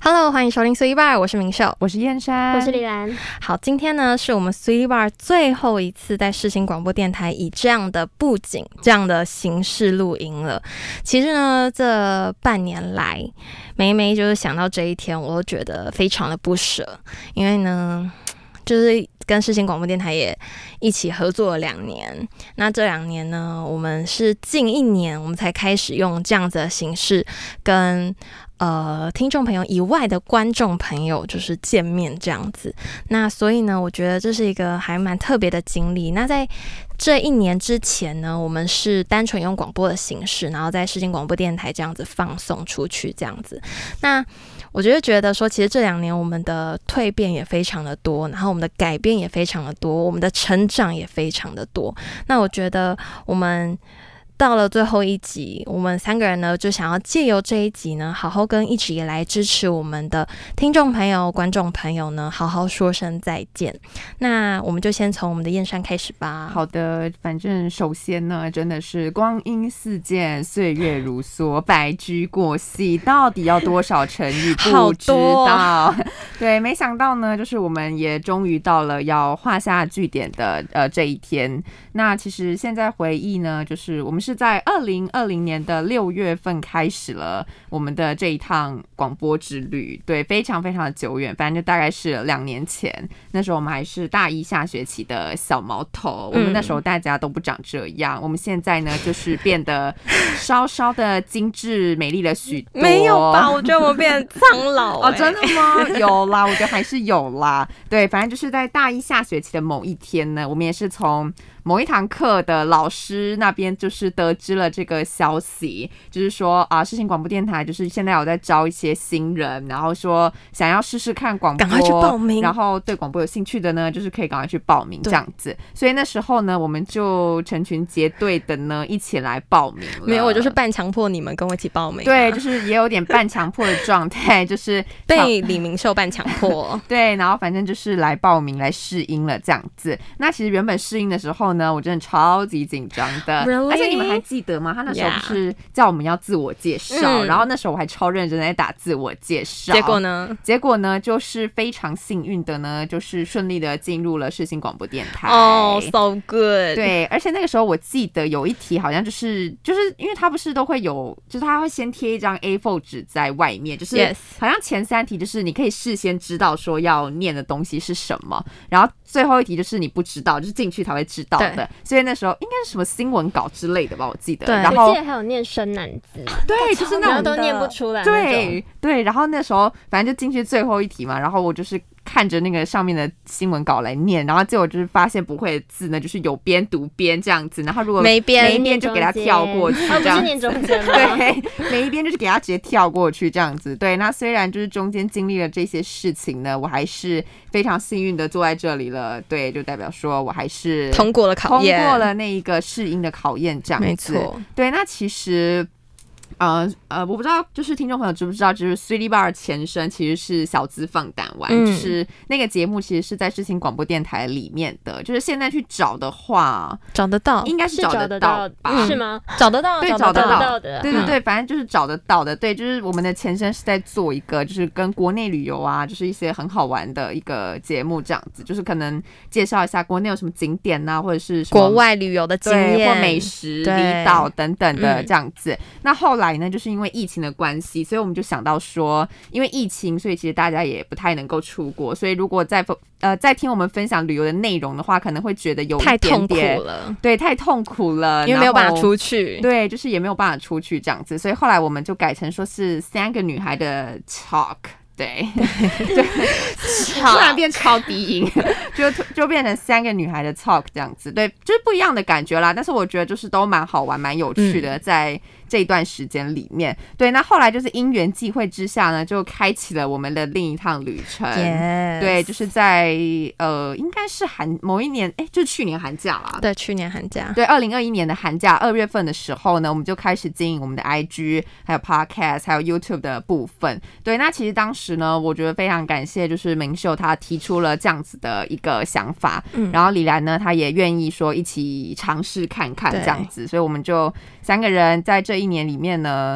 Hello， 欢迎收听 Sweet Bar， 我是明秀， 我是燕山， 我是李兰。 好，今天呢是我们 Sweet Bar 最后一次在世新广播电台以这样的布景、这样的形式录音了。其实呢，这半年来，每就是想到这一天，我都觉得非常的不舍，因为呢，就是跟世新广播电台也一起合作了2年。那这2年呢，我们是近1年我们才开始用这样子的形式跟听众朋友以外的观众朋友就是见面这样子。那所以呢，我觉得这是一个还蛮特别的经历。那在这1年之前呢，我们是单纯用广播的形式，然后在世新广播电台这样子放送出去这样子。那我觉得说，其实这2年我们的蜕变也非常的多，然后我们的改变也非常的多，我们的成长也非常的多。那我觉得我们到了最后一集，我们3个人呢就想要借由这一集呢，好好跟一直以来支持我们的听众朋友、观众朋友呢，好好说声再见。那我们就先从我们的燕山开始吧。 好的，反正首先呢，真的是光阴似箭，岁月如梭，白驹过隙，到底要多少成语不知道。对，没想到呢，就是我们也终于到了要画下句点的这一天。那其实现在回忆呢，就是我们是在2020年的6月份开始了我们的这一趟广播之旅，对，非常非常的久远，反正就大概是2年前，那时候我们还是大一下学期的小毛头，我们那时候大家都不长这样，我们现在呢就是变得稍稍的精致美丽了许多。 没有吧？我觉得我们变苍老哦，真的吗？有啦，我觉得还是有啦。对，反正就是在大一下学期的某一天呢，我们也是从某一堂课的老师那边就是得知了这个消息，就是说啊，世新广播电台就是现在有在招一些新人，然后说想要试试看广播， 赶快去报名。 然后对广播有兴趣的呢，就是可以赶快去报名这样子。所以那时候呢，我们就成群结队的呢一起来报名了。 没有，我就是半强迫你们跟我一起报名。 对，就是也有点半强迫的状态，就是被李明秀半强迫。 对，然后反正就是来报名来试音了这样子。那其实原本试音的时候呢，我真的超级紧张的。 Really? 而且你们还记得吗？他那时候不是叫我们要自我介绍，然后那时候我还超认真在打自我介绍。结果呢，就是非常幸运的呢，就是顺利的进入了世新广播电台。 哦、so good。 对，而且那个时候我记得有一题好像就是因为他不是都会有，就是他会先贴一张 A4 纸在外面，就是好像前3题就是你可以事先知道说要念的东西是什么，然后最后一题就是你不知道，就是进去才会知道的。所以那时候应该是什么新闻稿之类的吧，我记得。 对， 然后我记得还有念生男字， 对，就是那种都念不出来。 对，然后那时候反正就进去最后一题嘛，然后我就是看着那个上面的新闻稿来念，然后结果就是发现不会的字呢，就是有边读边这样子，然后如果每一边就给他跳过去，这样子。 不是念中间吗？ 对，每一边就是给他直接跳过去这样子。对，那虽然就是中间经历了这些事情呢，我还是非常幸运的坐在这里了。对，就代表说我还是通过了考验， 通过了那一个试音的考验，这样子。 没错。 对，那其实。我不知道，就是听众朋友知不知道，就是 Sweet Bar 的前身其实是小资放胆玩，就是那个节目其实是在世新广播电台里面的，就是现在去找的话， 找得到， 应该是找得到吧？ 是吗？ 找得到， 对， 找得到的，对，反正就是找得到的。对，就是我们的前身是在做一个，就是跟国内旅游啊，就是一些很好玩的一个节目，这样子，就是可能介绍一下国内有什么景点啊，或者是什么国外旅游的经验或美食、离岛等等的这样子。那后来呢，就是因为疫情的关系，所以我们就想到说，因为疫情，所以其实大家也不太能够出国，所以如果在听我们分享旅游的内容的话，可能会觉得有一点点太痛苦了， 对，太痛苦了， 因为没有办法出去， 对，就是也没有办法出去这样子，所以后来我们就改成说是3个女孩的 talk。对，突然变超低音，就变成3个女孩的 talk 这样子，对，就是不一样的感觉啦。但是我觉得就是都蛮好玩、蛮有趣的，在这一段时间里面。对，那后来就是因缘际会之下呢，就开启了我们的另一趟旅程。对，就是在应该是某一年，就是去年寒假啦。 对，去年寒假。 对，2021年的寒假2月份的时候呢，我们就开始经营我们的 IG， 还有 Podcast， 还有 YouTube 的部分。对，那其实当时呢，我觉得非常感谢，就是明秀他提出了这样子的一个想法，然后李兰呢，他也愿意说一起尝试看看这样子，所以我们就3个人在这1年里面呢，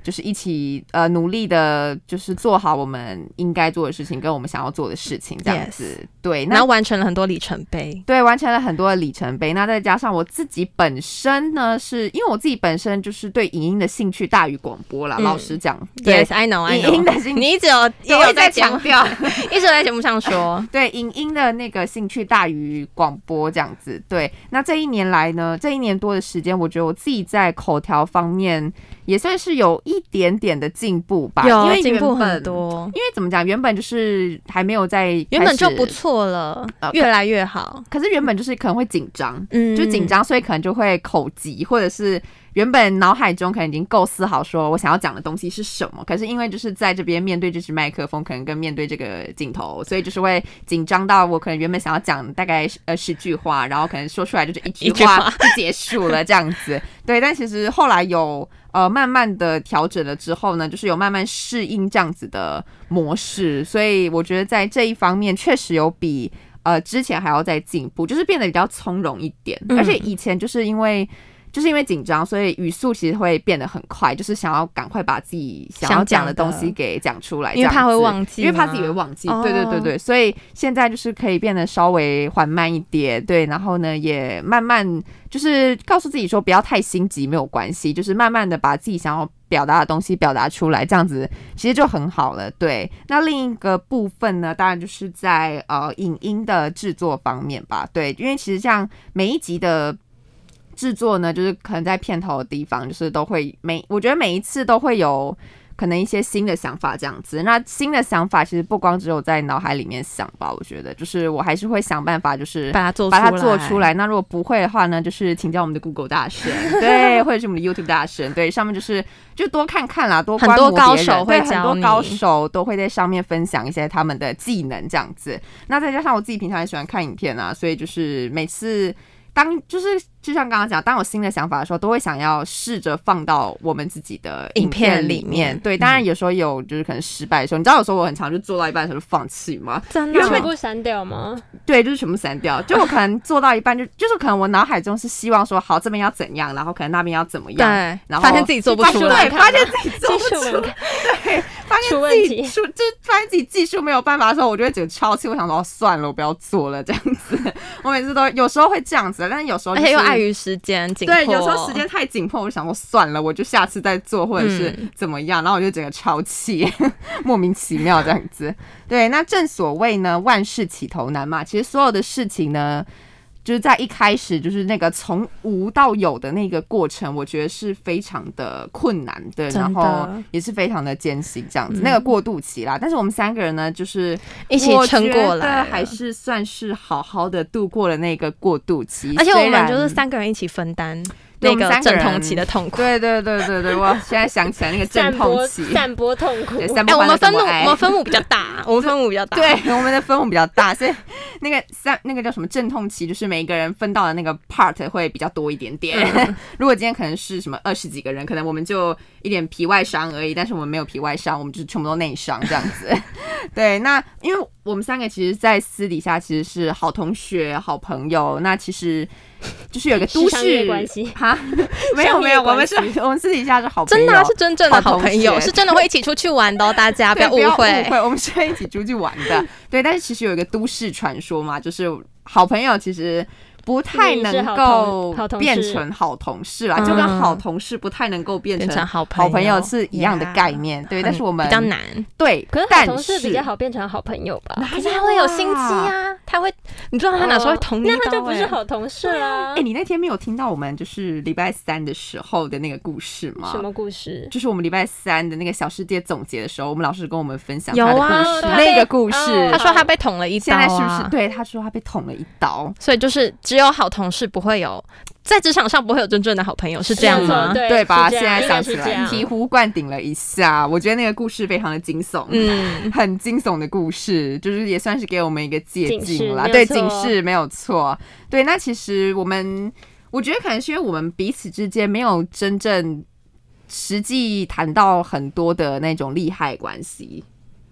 就是一起努力的，就是做好我们应该做的事情跟我们想要做的事情，这样子。 Yes. 对， 然后完成了很多里程碑。 对，完成了很多的里程碑。那再加上我自己本身呢，是因为我自己本身就是对影音的兴趣大于广播啦。老实讲 ，Yes, I know, I know。 影音的兴趣， 你一直有在强调， 一直在节目上说， 对影音的那个兴趣大于广播这样子。对，那这一年来呢，这1年多的时间，我觉得我自己在口条方面也算是有一点点的进步吧，因为进步很多。 因为怎么讲，原本就是还没有在原本就不错了，越来越好。 可是原本就是可能会紧张，就紧张，所以可能就会口急，或者是原本脑海中可能已经构思好说我想要讲的东西是什么，可是因为就是在这边面对这支麦克风，可能跟面对这个镜头，所以就是会紧张到我可能原本想要讲大概10句话，然后可能说出来就是一句话就结束了这样子。对，但其实后来有慢慢的调整了之后呢，就是有慢慢适应这样子的模式，所以我觉得在这一方面确实有比之前还要再进步，就是变得比较从容一点。而且以前就是因为紧张，所以语速其实会变得很快，就是想要赶快把自己想要讲的东西给讲出来， 因为怕会忘记， 因为怕自己会忘记。对，所以现在就是可以变得稍微缓慢一点，对，然后呢也慢慢就是告诉自己说不要太心急，没有关系，就是慢慢的把自己想要表达的东西表达出来，这样子其实就很好了。对，那另一个部分呢，当然就是在影音的制作方面吧。对，因为其实像每一集的制作呢，就是可能在片头的地方，就是都会我觉得每一次都会有可能一些新的想法这样子。那新的想法其实不光只有在脑海里面想吧，我觉得就是我还是会想办法，就是把它做出来。那如果不会的话呢，就是请教我们的 Google 大神，对，或者是我们的 YouTube 大神，对，上面就多看看啦，多观摩别人， 很多高手会教你， 很多高手都会在上面分享一些他们的技能这样子。那再加上我自己平常也喜欢看影片啊，所以就是每次就像刚刚讲，当有新的想法的时候，都会想要试着放到我们自己的影片里面。对，当然有时候有就是可能失败的时候，你知道有时候我很常就做到一半的时候就放弃吗？ 真的全部删掉吗？ 对，就是全部删掉。就我可能做到一半就是可能我脑海中是希望说好这边要怎样，然后可能那边要怎么样， 对， 然后发现自己做不出来， 对，发现自己做不出来，对，发现自己技术没有办法的时候，我就会觉得超气，我想说算了，我不要做了这样子。我每次都有时候会这样子，但是有时候而且又碍于时间紧迫， 对，有时候时间太紧迫，我就想说算了，我就下次再做，或者是怎么样，然后我就整个超气，莫名其妙这样子。对，那正所谓呢，万事起头难嘛，其实所有的事情呢，就是在一开始就是那个从无到有的那个过程，我觉得是非常的困难的，然后也是非常的艰辛这样子，那个过渡期啦。但是我们3个人呢，就是一起撑过来， 还是算是好好的度过了那个过渡期， 而且我们就是3个人一起分担那个阵痛期的痛苦。 对，我现在想起来那个阵痛期， 散播痛苦。 我们分母比较大，我们分母比较大， 对，我们的分母比较大，所以那个叫什么阵痛期，就是每一个人分到的那个 part 会比较多一点点。如果今天可能是什么20几个人，可能我们就一点皮外伤而已，但是我们没有皮外伤，我们就是全部都内伤这样子。对，那因为我们3个其实在私底下其实是好同学、好朋友，那其实就是有个都市关系哈，没有，我们私底下是好朋友， 真的是真正的好朋友，是真的会一起出去玩的哦，大家不要误会， 我们是会一起出去玩的。对，但是其实有一个都市传说嘛，就是好朋友其实不太能够变成好同事啦，就跟好同事不太能够变成好朋友是一样的概念。对，但是我们比较难。 对， 可是好同事比较好变成好朋友吧？ 可是他会有心机啊，他会，你知道他哪时候会捅你一刀？ 那他就不是好同事啦。 你那天没有听到我们就是礼拜3的时候的那个故事吗？ 什么故事？ 就是我们礼拜3的那个小世界总结的时候，我们老师跟我们分享他的故事，那个故事。 他说他被捅了一刀， 现在是不是？对，他说他被捅了一刀， 所以就是只有好同事，不会有在职场上不会有真正的好朋友，是这样吗？ 对吧？现在想起来醍醐灌顶了一下，我觉得那个故事非常的惊悚，很惊悚的故事，就是也算是给我们一个借鉴啦。对，警示没有错。对，那其实我觉得可能是因为我们彼此之间没有真正实际谈到很多的那种利害关系。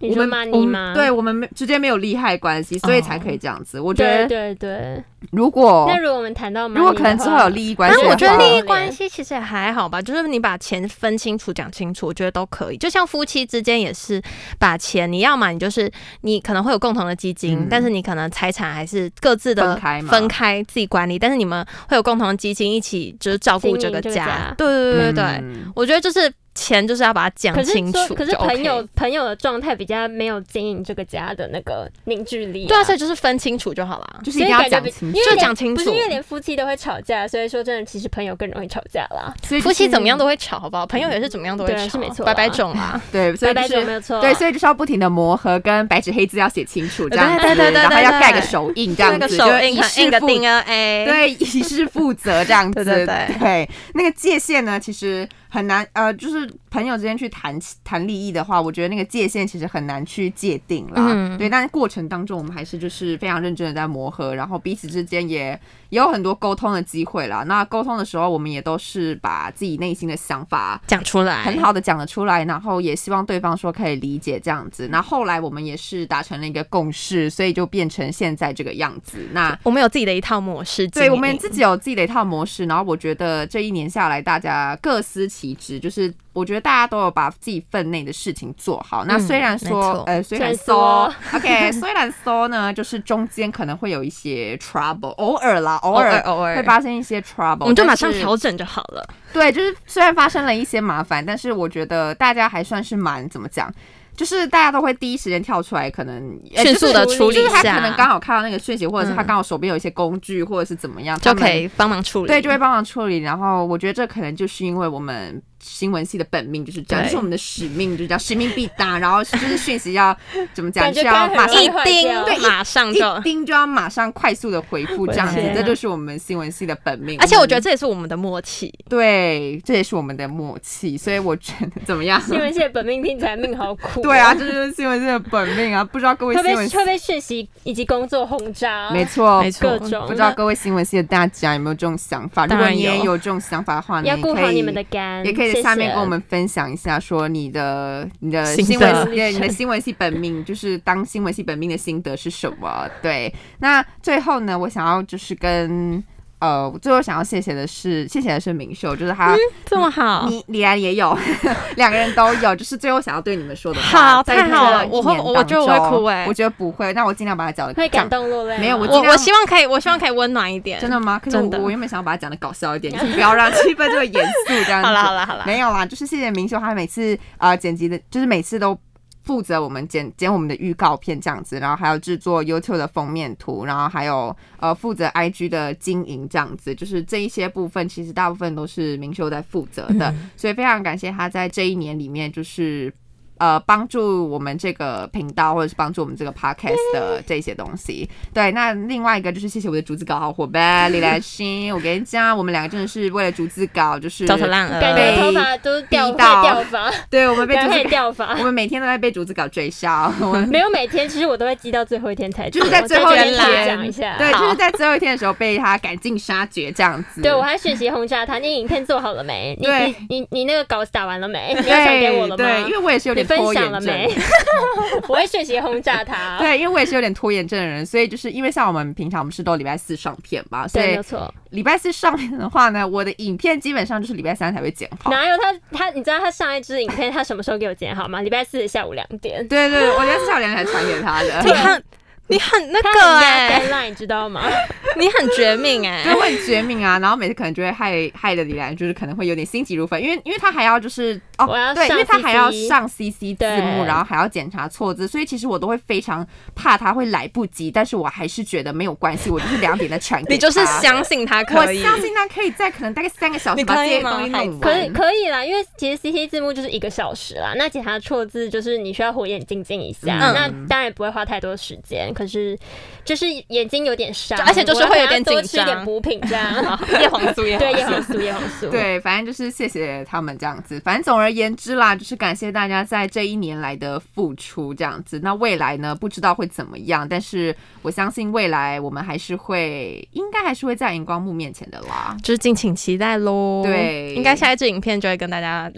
你说 money 吗？ 对，我们之间没有利害关系，所以才可以这样子。我觉得对。 如果我们谈到 money 如果可能之后有利益关系， 但我觉得利益关系其实也还好吧，就是你把钱分清楚讲清楚，我觉得都可以。就像夫妻之间也是把钱，你要嘛你就是你可能会有共同的基金，但是你可能财产还是各自的分开自己管理，但是你们会有共同的基金一起就是照顾这个家。对，我觉得就是钱就是要把它讲清楚。 可是朋友的状态比较没有经营这个家的那个凝聚力。 对啊，所以就是分清楚就好了， 就是一定要讲清楚， 就讲清楚。 不是因为连夫妻都会吵架，所以说真的，其实朋友更容易吵架啦。 所以夫妻怎么样都会吵，好不好？朋友也是怎么样都会吵， 是没错， 百种啦。 对，所以百种没有错。 对，所以就是要不停的磨合，跟白纸黑字要写清楚这样子， 对， 然后要盖个手印这样子， 手印印个钉啊， 对，以示负责这样子。 对， 那个界限呢，其实很难，就是朋友之间去谈利益的话，我觉得那个界限其实很难去界定啦。对，但是过程当中我们还是就是非常认真的在磨合，然后彼此之间也有很多沟通的机会啦。那沟通的时候，我们也都是把自己内心的想法讲出来， 很好的讲了出来，然后也希望对方说可以理解这样子。那后来我们也是达成了一个共识，所以就变成现在这个样子。那我们有自己的一套模式， 对，我们自己有自己的一套模式。然后我觉得这一年下来，大家各司其职，就是我觉得大家都有把自己分内的事情做好。那虽然说，虽然说 ，OK， 虽然说呢，就是中间可能会有一些 trouble， 偶尔会发生一些 trouble， 我们就马上调整就好了。 对，就是虽然发生了一些麻烦，但是我觉得大家还算是蛮怎么讲。就是大家都会第一时间跳出来，可能迅速的处理一下， 就是他可能刚好看到那个讯息，或者是他刚好手边有一些工具，或者是怎么样， 就可以帮忙处理。 对，就会帮忙处理。然后我觉得这可能就是因为我们新闻系的本命就是这样，就是我们的使命，就是叫使命必达。然后就是讯息要怎么讲，就要马上一盯，对，马上就一盯就要马上快速的回复，这样子，这就是我们新闻系的本命。 而且我觉得这也是我们的默契， 对，这也是我们的默契。所以我觉得怎么样？ 新闻系的本命听起来命好苦。 对啊，这就是新闻系的本命啊！不知道各位新闻系会被讯息以及工作轰炸， 没错， 各种。 不知道各位新闻系的大家有没有这种想法？如果你也有这种想法的话， 要顾好你们的肝， 也可以在下面跟我们分享一下，说你的新闻系本命，就是当新闻系本命的心得是什么？对，那最后呢，我想要就是跟。最后想要谢谢的是明秀，就是他这么好， 李安也有，两个人都有，就是最后想要对你们说的话。 好，太好了，我觉得我会哭我觉得不会，那我尽量把它讲的会感动落泪。 没有，我希望可以温暖一点。 真的吗？可是我原本想要把它讲的搞笑一点，就是不要让气氛这么严肃这样子。 好了， 没有啦，就是谢谢明秀，他每次剪辑的，就是每次都负责我们剪我们的预告片这样子，然后还有制作 YouTube 的封面图，然后还有负责 IG 的经营这样子，就是这一些部分其实大部分都是明秀在负责的，所以非常感谢他在这一年里面就是帮助我们这个频道，或者是帮助我们这个 podcast 的这些东西。对，那另外一个就是谢谢我的逐字稿好伙伴李兰心，我跟你讲，我们两个真的是为了逐字稿就是焦头烂额， 感觉头发都掉发。 对，我们被逐字掉发， 我们每天都在被逐字稿追杀。 没有每天，其实我都会积到最后一天才， 就是在最后一天讲一下。 对，就是在最后一天的时候被他赶尽杀绝这样子。 对，我还学习轰炸他，你影片做好了没？你那个稿打完了没？你要传给我了吗？ 对，因为我也是有点拖延症。 我会学习轰炸他。 对，因为我也是有点拖延症的人，所以就是因为像我们平常我们是都礼拜四上片嘛，所以没错。 礼拜四上片的话呢，我的影片基本上就是礼拜三才会剪好。 哪有他？你知道他上一支影片他什么时候给我剪好吗？礼拜四下午2点。 对，我礼拜四下午2点才传给他的。 你很那个 deadline 你知道吗？ 你很绝命对，我很绝命啊！然后每次可能就会害的李兰，就是可能会有点心急如焚，因为他还要就是对，因为他还要上 CC 字幕，然后还要检查错字，所以其实我都会非常怕他会来不及，但是我还是觉得没有关系，我就是2点再传给他。 你就是相信他可以， 我相信他可以在可能大概3个小时把这些东西弄完。 可以啦，因为其实 CC 字幕就是1个小时啦，那检查错字就是你需要火眼金睛一下，那当然不会花太多时间，可是就是眼睛有点伤， 而且就是会有点紧张， 多吃一点补品这样。 叶黄素， 对，叶黄素。 对，反正就是谢谢他们这样子。反正总而言之啦，就是感谢大家在这一年来的付出这样子。那未来呢，不知道会怎么样，但是我相信未来我们应该还是会在荧光幕面前的啦， 就是敬请期待咯。 对， 应该下一支影片就会跟大家来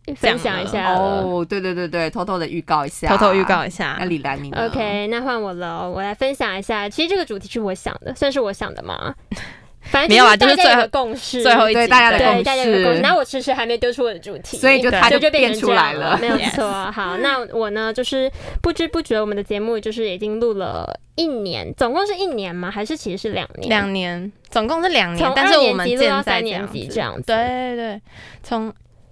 分享一下哦，对对对对，偷偷的预告一下， 偷偷预告一下。 那李兰你呢 ？OK， 那换我了，我来分享一下。其实这个主题是我想的，算是我想的吗？反正没有啊，就是最后的共识， 最后一集对大家的共识。然后我迟迟还没丢出我的主题， 所以它就变出来了，没有错。好，那我呢，就是不知不觉我们的节目就是已经录了1年，总共是1年吗？还是其实是2年 ？2年，总共是2年， 从但是我们录到3年级这样子。 对对对，从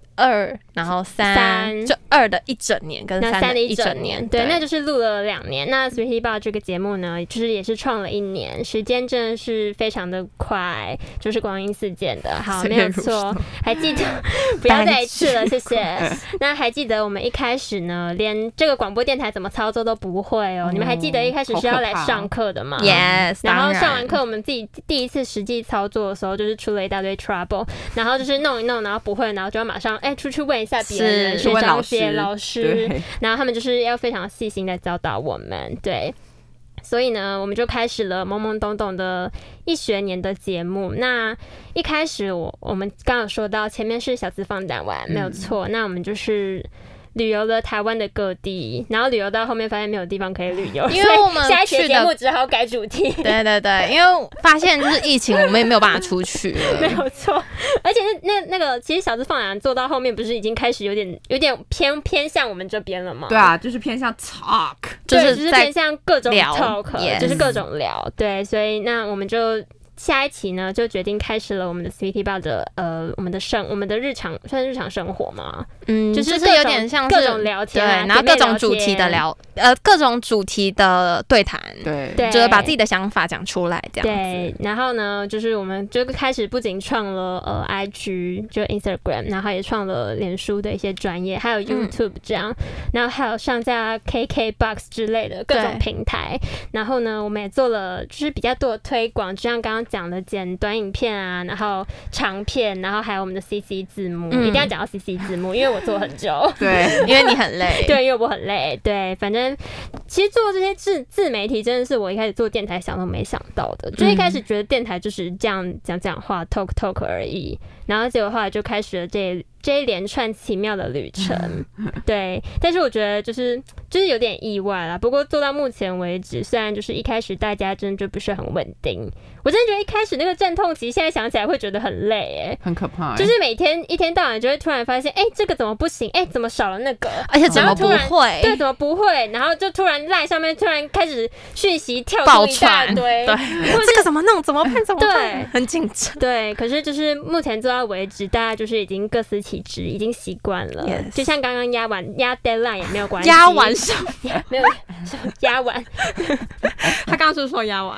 2，然后3，就2的1整年跟3的1整年， 对，那就是录了2年。那 Sweetie Bar 这个节目呢，就是也是创了1年，时间真的是非常的快，就是光阴似箭的。好，没有错，还记得不要再一次了，谢谢。那还记得我们一开始呢，连这个广播电台怎么操作都不会哦。你们还记得一开始是要来上课的吗 ？Yes， 然后上完课，我们自己第一次实际操作的时候，就是出了一大堆 trouble， 然后就是弄一弄，然后不会，然后就要马上出去问一下别人，学长姐、老师，然后他们就是要非常细心的教导我们，对。所以呢，我们就开始了懵懵懂懂的1学年的节目。那一开始我们刚有说到，前面是小资放胆玩，没有错。那我们就是旅游了台湾的各地，然后旅游到后面发现没有地方可以旅游， 因为我们下一期的节目只好改主题。 对对对，因为发现就是疫情，我们也没有办法出去了。 没有错，而且那个，其实小资放胆做到后面，不是已经开始有点偏向我们这边了吗？ 对啊，就是偏向 talk， 就是偏向各种 talk， yes， 就是各种聊。对，所以那我们就。下一期呢，就决定开始了我们的 Sweetie Bar 的我们的日常算是日常生活嘛，就是有点像各种聊天， 对，然后各种主题的各种主题的对谈， 对， 就是把自己的想法讲出来这样子。 对，然后呢，就是我们就开始不仅创了IG 就 Instagram， 然后也创了脸书的一些专页，还有 YouTube 这样，然后还有上架 KKBOX 之类的各种平台。然后呢，我们也做了就是比较多的推广，就像刚刚讲的剪短影片啊，然后长片，然后还有我们的 CC 字幕，一定要讲到 CC 字幕，因为我做很久。 对， 因为你很累。 对，因为我很累。对，反正其实做这些自媒体真的是我一开始做电台想都没想到的，就一开始觉得电台就是这样讲话 talk 而已，然后结果后来就开始了这一连串奇妙的旅程。对，但是我觉得就是有点意外啦。不过做到目前为止，虽然就是一开始大家真的就不是很稳定，我真的觉得一开始那个阵痛期，现在想起来会觉得很累很可怕就是每天一天到晚就会突然发现，这个怎么不行？怎么少了那个？ 而且怎么不会？ 对，怎么不会？然后就突然赖上面突然开始讯息跳出一大堆， 对，这个怎么弄？怎么办？ 对， 很紧张。 对，可是就是目前做到为止，大家就是已经各司其职，已经习惯了。就像刚刚压 deadline 也没有关系， 压完什么？ 没有压完。 他刚刚是说压完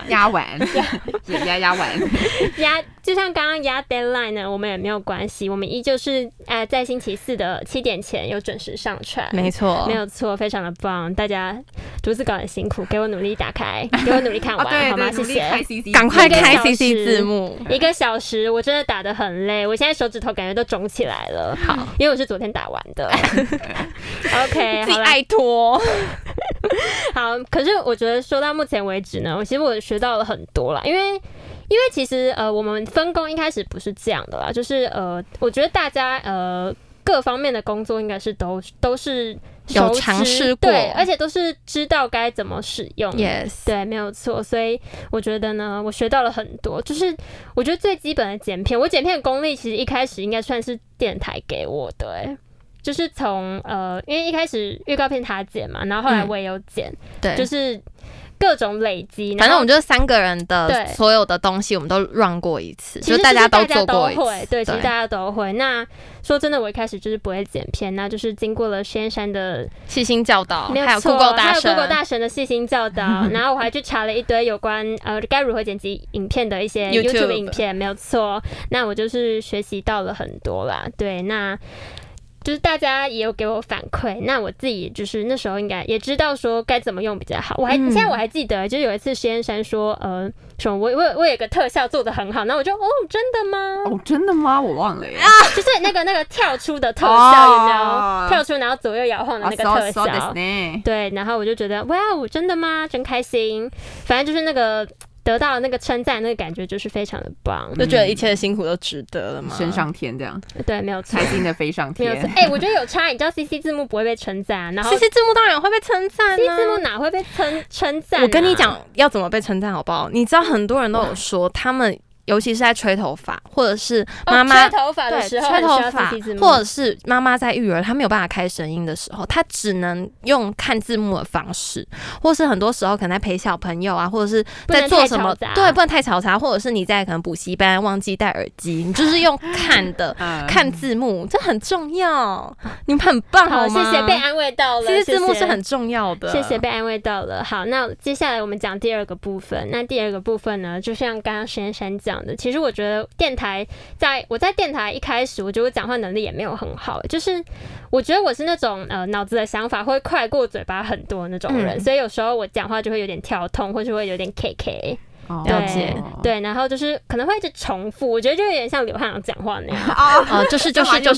压，就像刚刚压 deadline 呢，我们也没有关系，我们依旧是在星期4的7点前有准时上传。 没错， 没有错，非常的棒。大家逐字稿很辛苦，给我努力打开，给我努力看完， 对好吗？谢谢。 赶快开 CC 字幕 ，1个小时，我真的打得很累，我现在手指头感觉都肿起来了。好，因为我是昨天打完的。OK， 自己爱拖。 好，可是我觉得说到目前为止呢，其实我学到了很多啦，因为其实我们分工一开始不是这样的啦，就是我觉得大家各方面的工作应该是都是有尝试过， 对，而且都是知道该怎么使用。 Yes， 对，没有错。所以我觉得呢，我学到了很多。就是我觉得最基本的剪片，我剪片的功力其实一开始应该算是电台给我的。就是从因为一开始预告片他剪嘛，然后后来我也有剪， 对， 就是各种累积。 反正我们就是3个人的所有的东西，我们都 run 过一次， 其实大家都做过一次。 对，其实大家都会。那说真的，我一开始就是不会剪片，那就是经过了实验山的细心教导， 还有 Google 大神的细心教导，然后我还去查了一堆有关该如何剪辑影片的一些 YouTube 影片，没有错。那我就是学习到了很多啦。对，那。就是大家也有给我反馈，那我自己就是那时候应该也知道说该怎么用比较好。现在我还记得，就是有一次实验山说，什么我有个特效做得很好，那我就真的吗？ 真的吗？我忘了耶。 就是那个跳出的特效，有没有？跳出然后左右摇晃的那个特效，对，然后我就觉得哇，真的吗？真开心。反正就是那个。 得到那个称赞，那个感觉就是非常的棒， 就觉得一切的辛苦都值得了嘛， 升上天这样。 对，没有错， 开心的飞上天。 没有错。我觉得有差，你知道 CC 字幕不会被称赞，然后 CC 字幕当然会被称赞 ，CC 字幕哪会被称赞？ 我跟你讲要怎么被称赞好不好？你知道很多人都有说他们。尤其是在吹头发，或者是妈妈吹头发的时候， 吹头发，或者是妈妈在育儿，她没有办法开声音的时候，她只能用看字幕的方式，或是很多时候可能在陪小朋友啊，或者是在做什么，对，不能太嘈杂，或者是你在可能补习班忘记戴耳机，你就是用看的看字幕，这很重要，你们很棒好吗？ 谢谢，被安慰到了。 其实字幕是很重要的， 谢谢被安慰到了。好，那接下来我们讲第二个部分。那第二个部分呢，就像刚刚珊珊讲。其实我觉得电台，我在电台一开始，我觉得我讲话能力也没有很好，就是我觉得我是那种脑子的想法会快过嘴巴很多的那种人，所以有时候我讲话就会有点跳痛，或是会有点 KK。 了解， 对，然后就是可能会一直重复，我觉得就有点像刘汉阳讲话那样。 就是。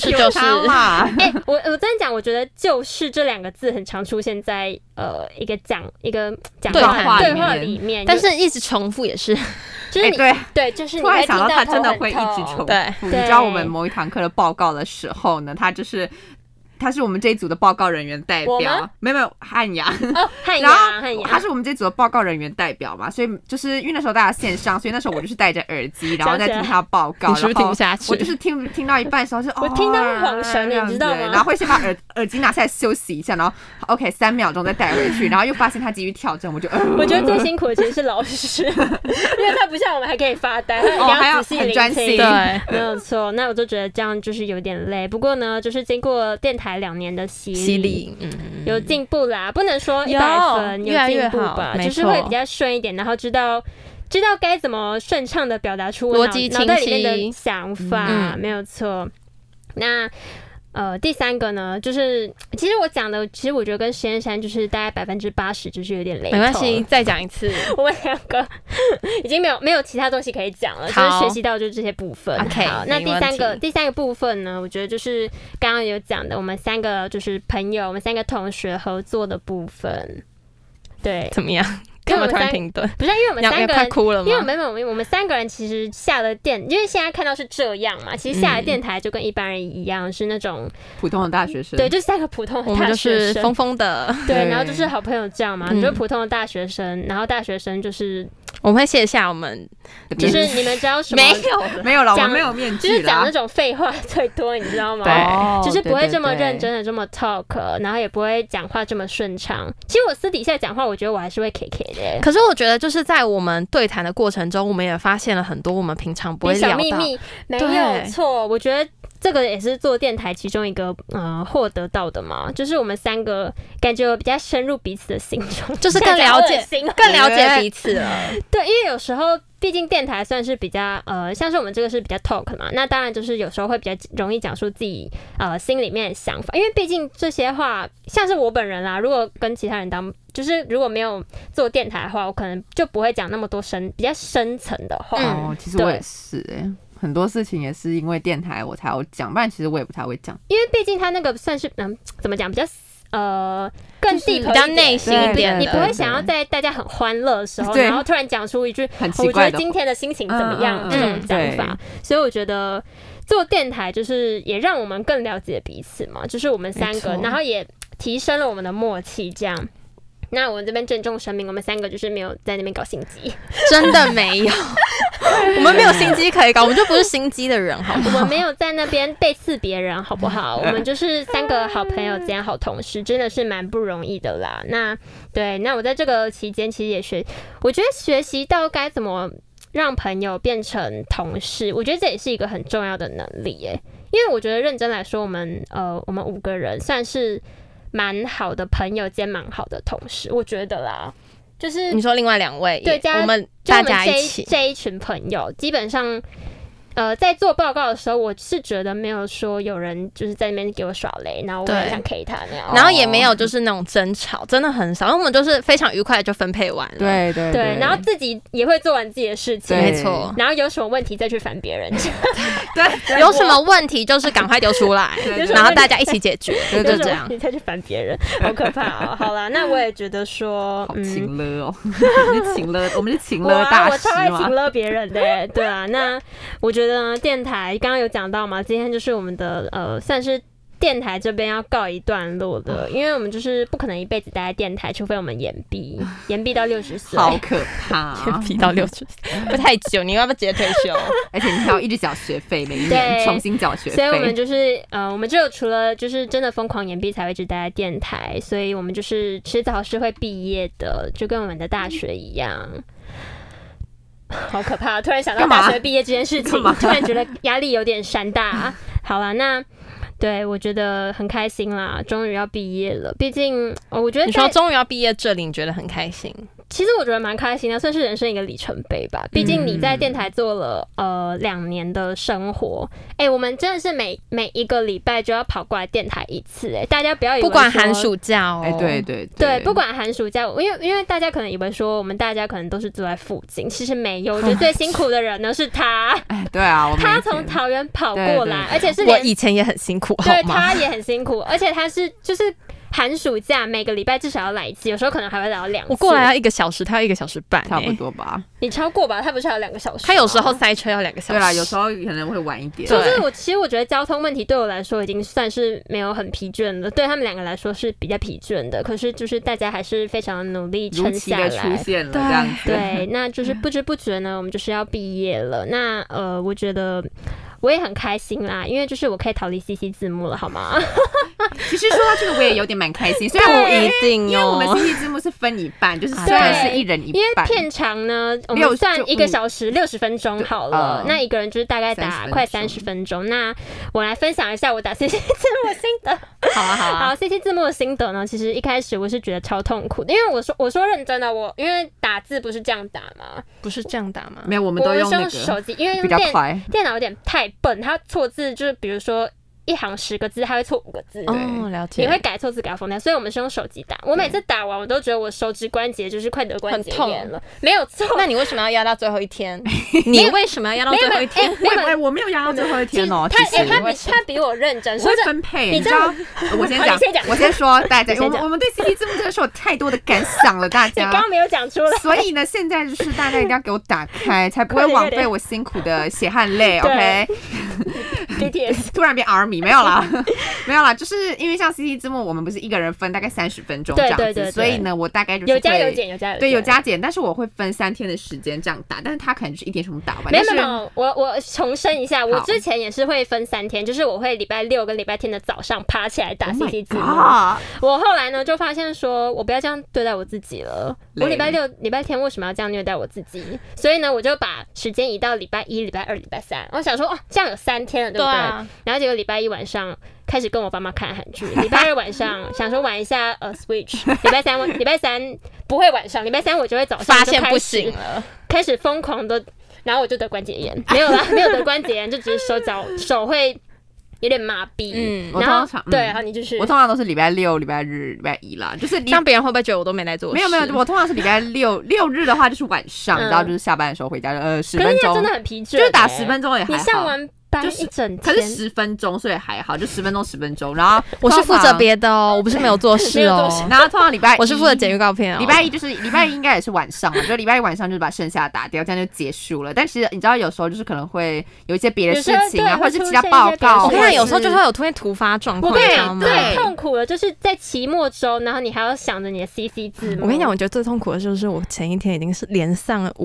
我真的讲，我觉得就是这两个字很常出现在一个讲话对话里面， 但是一直重复也是， 就是对，就是你突然想到他真的会一直重复。 对， 你知道我们某一堂课的报告的时候呢，他是我们这一组的报告人员代表，没有汉阳汉阳， 他是我们这组的报告人员代表嘛，所以就是因为那时候大家线上，所以那时候我就是戴着耳机，然后在听他报告， 你是不是听不下去？ 我就是听到一半的时候就我听到晃神，你知道吗？ 然后会先把耳机拿下来休息一下，然后 OK 3秒钟再戴回去，然后又发现他继续跳针， 我觉得最辛苦的其实是老师，因为他不像我们还可以发呆，他还要仔细聆听， 对， 没有错。那我就觉得这样就是有点累，不过呢，就是经过电台2年的洗礼，有进步啦，不能说100分，有进步吧，就是会比较顺一点，然后知道该怎么顺畅的表达出我脑袋里面的想法，没有错。那第三个呢，就是其实我讲的，其实我觉得跟实验山就是大概80%，就是有点雷同。 没关系，再讲一次。 我们2个已经没有其他东西可以讲了，就是学习到就是这些部分。 OK， 好，那第三个部分呢，我觉得就是刚刚有讲的，我们3个就是朋友，我们3个同学合作的部分。对， 怎么样？干嘛突然停顿？ 不是，因为我们3个人快哭了吗？ 因为我们3个人其实下了电，因为现在看到是这样嘛，其实下了电台就跟一般人一样，是那种普通的大学生。 对，就是3个普通的大学生， 我们就是疯疯的。 对，然后就是好朋友这样嘛，你就普通的大学生，然后大学生就是我们会卸下我们， 就是你们知道什么？ 没有了，我们没有面具啦， 就是讲那种废话最多，你知道吗？ 对， 就是不会这么认真的这么 talk， 然后也不会讲话这么顺畅。其实我私底下讲话，我觉得我还是会 KK 的。 可是我觉得就是在我们对谈的过程中，我们也发现了很多我们平常不会聊到小秘密，没有错。我觉得这个也是做电台其中一个获得到的嘛，就是我们3个感觉比较深入彼此的心中， 就是更了解彼此了。 对，因为有时候毕竟电台算是比较像是我们这个是比较 talk 嘛，那当然就是有时候会比较容易讲述自己心里面的想法，因为毕竟这些话像是我本人啦，如果跟其他人就是如果没有做电台的话，我可能就不会讲那么多比较深层的话。 其实我也是很多事情也是因为电台我才有讲，不然其实我也不太会讲。 因为毕竟他那个算是怎么讲，比较更地比较内心一点， 你不会想要在大家很欢乐的时候，然后突然讲出一句很奇怪的， 我觉得今天的心情怎么样这种讲法。所以我觉得做电台就是也让我们更了解彼此嘛，就是我们3个，然后也提升了我们的默契，这样。那我们这边郑重声明，我们3个就是没有在那边搞心机， 真的没有，我们没有心机可以搞，我们就不是心机的人，好不好？ 我们没有在那边背刺别人，好不好？我们就是3个好朋友兼好同事，真的是蛮不容易的啦。那我在这个期间其实也我觉得学习到该怎么让朋友变成同事，我觉得这也是一个很重要的能力耶。因为我觉得认真来说，我们5个人算是蛮好的朋友兼蛮好的同事，我觉得啦，就是你说另外2位， 对， 我们大家一起这一群朋友，基本上在做报告的时候，我是觉得没有说有人就是在那边给我耍雷，然后我也想 K 他那样， 然后也没有就是那种争吵，真的很少，因为我们就是非常愉快的就分配完了。 对对 对， 然后自己也会做完自己的事情， 没错。 然后有什么问题再去烦别人， 对， 有什么问题就是赶快丢出来，然后大家一起解决，就这样。 你再去烦别人，好可怕哦！好啦，那我也觉得说， 好情勒哦，我们是情勒大师我超爱情勒别人的，对啊。那我觉得电台刚刚有讲到嘛，今天就是我们的算是电台这边要告一段落的，因为我们就是不可能一辈子待在电台，除非我们延毕到60岁， 好可怕！ 延毕到60岁会太久，你要不要直接退休？ 而且你还要一直缴学费，每一年重新缴学费。 所以我们就是我们就除了就是真的疯狂延毕才会一直待在电台，所以我们就是迟早是会毕业的，就跟我们的大学一样。好可怕！突然想到大学毕业这件事情，突然觉得压力有点山大。好啦，那对我觉得很开心啦，终于要毕业了。毕竟我觉得你说终于要毕业这里，你觉得很开心？ 其实我觉得蛮开心的，算是人生一个里程碑吧。毕竟你在电台做了2年的生活，我们真的是每一个礼拜就要跑过来电台一次，大家不要以为不管寒暑假哦， 对， 不管寒暑假，因为大家可能以为说我们大家可能都是住在附近，其实没有。我觉得最辛苦的人呢是他， 对啊， 他从桃园跑过来，而且是我以前也很辛苦， 对，他也很辛苦，而且他是就是寒暑假每个礼拜至少要来一次，有时候可能还会来到2次。 我过来要1个小时，他要1个小时半， 差不多吧。 你超过吧？他不是还有2个小时？ 他有时候塞车要2个小时。 对啦，有时候可能会晚一点。 就是其实我觉得交通问题对我来说已经算是没有很疲倦了，对他们2个来说是比较疲倦的。可是就是大家还是非常努力撑下来， 出现了这样子。 对，那就是不知不觉呢，我们就是要毕业了。那我觉得我也很开心啦，因为就是我可以逃离 CC 字幕了，好吗？ 其实说到这个，我也有点蛮开心，虽然不一定哦， 因为我们 CC 字幕是分一半，就是虽然是1人1半， 因为片长呢，我们算1个小时60分钟好了，那一个人就是大概打快30分钟。那我来分享一下我打 CC 字幕的心得。好 CC 字幕的心得呢，其实一开始我是觉得超痛苦的，因为我说认真的，因为打字不是这样打吗？ 不是这样打吗？ 没有，我们都用那个手机，因为比较快， 电脑有点太笨，它错字就是比如说1行10个字，它会错5个字。 哦，了解。 你会改错字，改封掉，所以我们是用手机打。我每次打完，我都觉得我手指关节就是快得关节炎了，没有错。 那你为什么要压到最后一天？你为什么要压到最后一天？ 我没有压到最后一天哦。 他比我认真， 会分配，你知道？我先讲，我先说，大家，我们对 CC 字幕真的是有太多的感想了，大家。 你刚刚没有讲出来。 所以呢，现在就是大家一定要给我打开，才不会枉费我辛苦的血汗泪。OK。 BTS 突然变 ARMY 没有啦，没有啦，就是因为像 CC 字幕，我们不是一个人分大概30分钟这样子，所以呢，我大概就是有加有减， 对，有加减，但是我会分3天的时间这样打，但是他可能就是1天全部打完。 没有，我重申一下，我之前也是会分3天，就是我会礼拜6跟礼拜天的早上爬起来打 CC 字幕。我后来呢就发现说，我不要这样对待我自己了。我礼拜6、礼拜天为什么要这样虐待我自己？所以呢，我就把时间移到礼拜1、礼拜2、礼拜3。我想说，哦，这样有3天了，对不对？然后结果礼拜1晚上开始跟我爸妈看韩剧，礼拜2晚上想说玩一下Switch， 礼拜3不会晚上，礼拜3我就会早上发现不行了， 开始疯狂的，然后我就得关节炎，没有啦，没有得关节炎，就只是手会有点麻痹。 我通常对，好，你就是我通常都是礼拜6、礼拜日、礼拜1啦，就是像别人会不会觉得我都没来做事？ 没有，我通常是礼拜6日的话就是晚上，你知道，就是下班的时候回家10分钟， 真的很疲倦， 就是打10分钟也还好。 你上完班一整天， 可是10分钟，所以还好，就10分钟。然后我是负责别的哦，我不是没有做事哦。 然后通常礼拜1 我是负责剪预告片哦。 礼拜1应该也是晚上嘛，就礼拜1晚上就是把剩下打掉，这样就结束了。但其实你知道，有时候就是可能会有一些别的事情啊，或者是其他报告。 我看有时候就会有突发状况，你知道吗？ 最痛苦的就是在期末周，然后你还要想着你的 CC 字幕。 我跟你讲，我觉得最痛苦的就是我前一天已经是连上了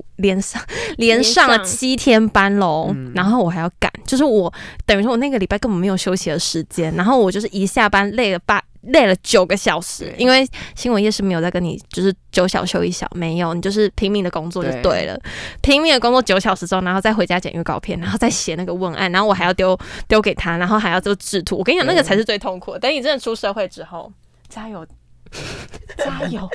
7天班喽，然后我还要赶，就是我等于说我那个礼拜根本没有休息的时间，然后我就是一下班累了9个小时，因为新闻业是没有在跟你就是9小休1小，没有，你就是拼命的工作就对了，拼命的工作9小时之后，然后再回家剪预告片，然后再写那个文案，然后我还要丢给他，然后还要做制图。我跟你讲，那个才是最痛苦的。等你真的出社会之后，加油！ 加油！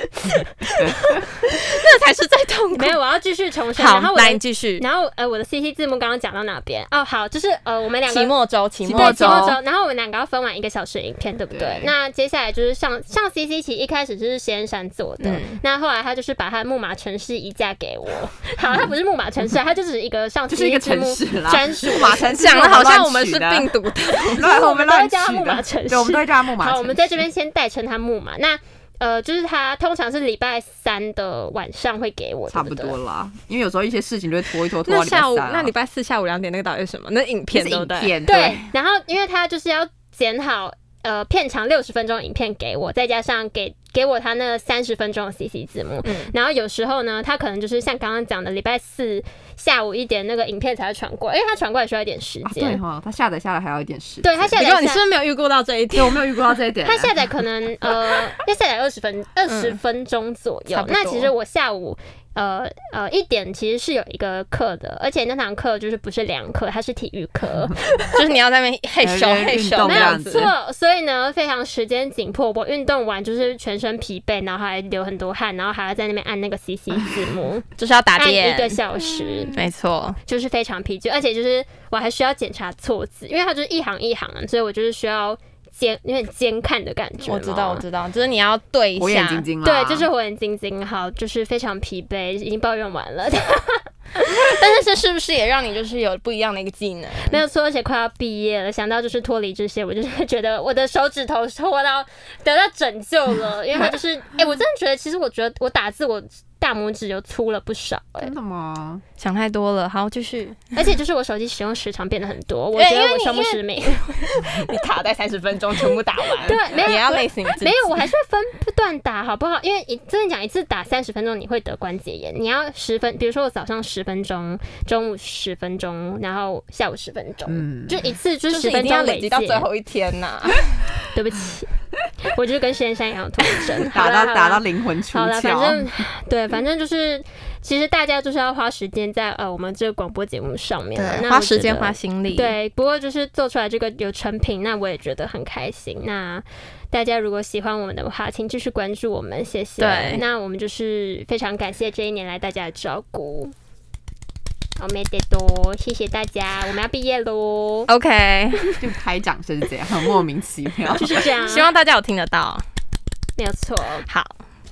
那才是最痛苦。 没有，我要继续重申。 好， 然后来继续。 然后我的 CC 字幕刚刚讲到哪边？哦，好，就是我们两个期末周， 然后我们两个要分完1个小时的影片，对不对？那接下来就是像 CC 其实一开始就是先山做的，那后来他就是把他的木马程式移嫁给我。好，他不是木马程式，他就只是一个像 CC 字幕专属。 木马程式讲的好像我们是病毒的， 我们都会叫他木马程式， 对，我们都会叫他木马程式。 好，我们在这边先代称他木马。那就是他通常是礼拜3的晚上会给我， 差不多啦。因为有时候一些事情就会拖一拖，拖到礼拜3。 那礼拜4下午2点那个到底是什么？那影片对不对？ 对。然后因为他就是要剪好片长60分钟的影片给我，再加上给我他那30分钟的 CC 字幕，然后有时候呢，他可能就是像刚刚讲的，礼拜4下午1点那个影片才会传过来，因为他传过来需要一点时间。 对哈，他下载下来还要一点时间。 对，他下载你是不是没有预估到这一点？ 我没有预估到这一点。 他下载可能要下载20分钟左右。那其实我下午1点其实是有一个课的，而且那堂课就是不是2课，它是体育课， 就是你要在那边嘿咻， 没有错。所以呢，非常时间紧迫，我运动完就是全身疲惫，然后还流很多汗，然后还要在那边按那个 CC 字幕， 就是要打电按1个小时， 没错， 就是非常疲倦，而且就是我还需要检查错字，因为它就是一行一行，所以我就是需要有点监看的感觉。 我知道，就是你要对一下， 火眼金睛啊。 对，就是火眼金睛。好，就是非常疲惫，已经抱怨完了。 但是是不是也让你就是有不一样的一个技能？ 没有错，而且快要毕业了，想到就是脱离这些，我就是觉得我的手指头获到得到拯救了，因为它就是我真的觉得，其实我觉得我打字我大拇指又粗了不少。 真的吗？ 想太多了。好，继续。 而且就是我手机使用时长变得很多，我觉得我生不失明。 你卡在30分钟全部打完， 对，没有也要累死你自己。 没有，我还是会分段打，好不好？因为真的讲一次打30分钟，你会得关节炎。你要比如说我早上10分钟，中午10分钟，然后下午10分钟，就一次就是10分钟累积到最后一天呐。 对不起，我就是跟仙山一样脱身， 打到灵魂出窍。 好了，反正就是，其实大家就是要花时间在我们这个广播节目上面， 对，花时间花心力。 对，不过就是做出来这个有成品，那我也觉得很开心。那大家如果喜欢我们的话，请继续关注我们，谢谢。 对， 那我们就是非常感谢这1年来大家的照顾。好，没得多，谢谢大家，我们要毕业喽。 OK， 就拍掌声是这样，很莫名其妙， 就是这样。 希望大家有听得到， 没有错。 好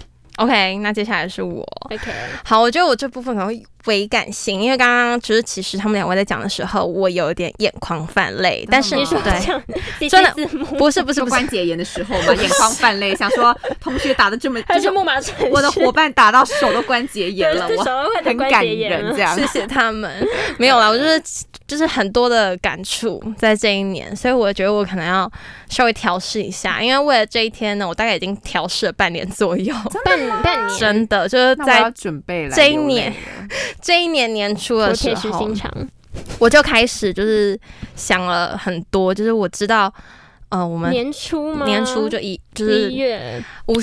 ，OK， 那接下来是我。 OK， 好，我觉得我这部分可能会微感性，因为刚刚就是其实他们2位在讲的时候，我有点眼眶泛泪，但是对， 真的不是关节炎的时候嘛，眼眶泛泪，想说同学打的这么， 还是木马程式， 我的伙伴打到手都关节炎了，我很感人，这样谢谢他们。没有啦，我就是很多的感触在这1年，所以我觉得我可能要稍微调试一下，因为为了这一天呢，我大概已经调试了半年左右， 半年， 真的就是在准备了这一年年初的时候，我就开始就是想了很多，就是我知道，我们年初就是 1月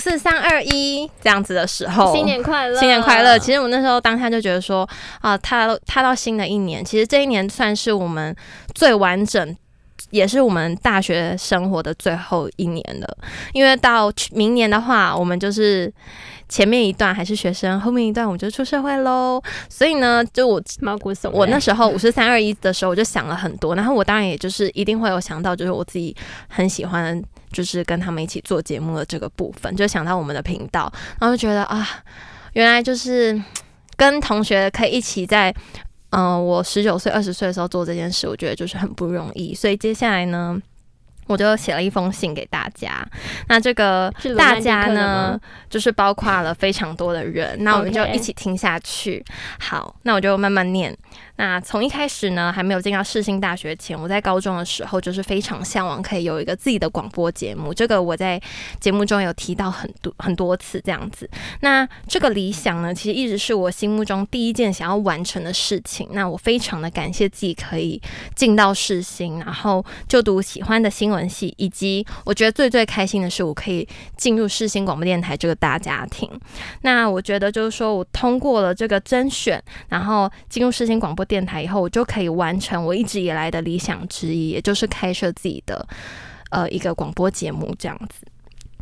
54321这样子的时候， 新年快乐， 新年快乐！其实我那时候当下就觉得说，踏到新的1年，其实这1年算是我们最完整。也是我们大学生活的最后1年了，因为到明年的话，我们就是前面一段还是学生，后面一段我们就出社会咯。所以呢，就我那时候54321的时候，我就想了很多，然后我当然也就是一定会有想到，就是我自己很喜欢，就是跟他们一起做节目的这个部分，就想到我们的频道，然后就觉得原来就是跟同学可以一起在。我19岁、20岁的时候做这件事，我觉得就是很不容易，所以接下来呢，我就写了一封信给大家。那这个大家呢，就是包括了非常多的人，那我们就一起听下去。好，那我就慢慢念。那从一开始呢，还没有进到世新大学前，我在高中的时候就是非常向往可以有一个自己的广播节目，这个我在节目中有提到很多次这样子。那这个理想呢，其实一直是我心目中第一件想要完成的事情。那我非常的感谢自己可以进到世新，然后就读喜欢的新闻系，以及我觉得最开心的是我可以进入世新广播电台这个大家庭。那我觉得就是说我通过了这个甄选，然后进入世新广播电台以后，我就可以完成我一直以来的理想之一，也就是开设自己的一个广播节目这样子。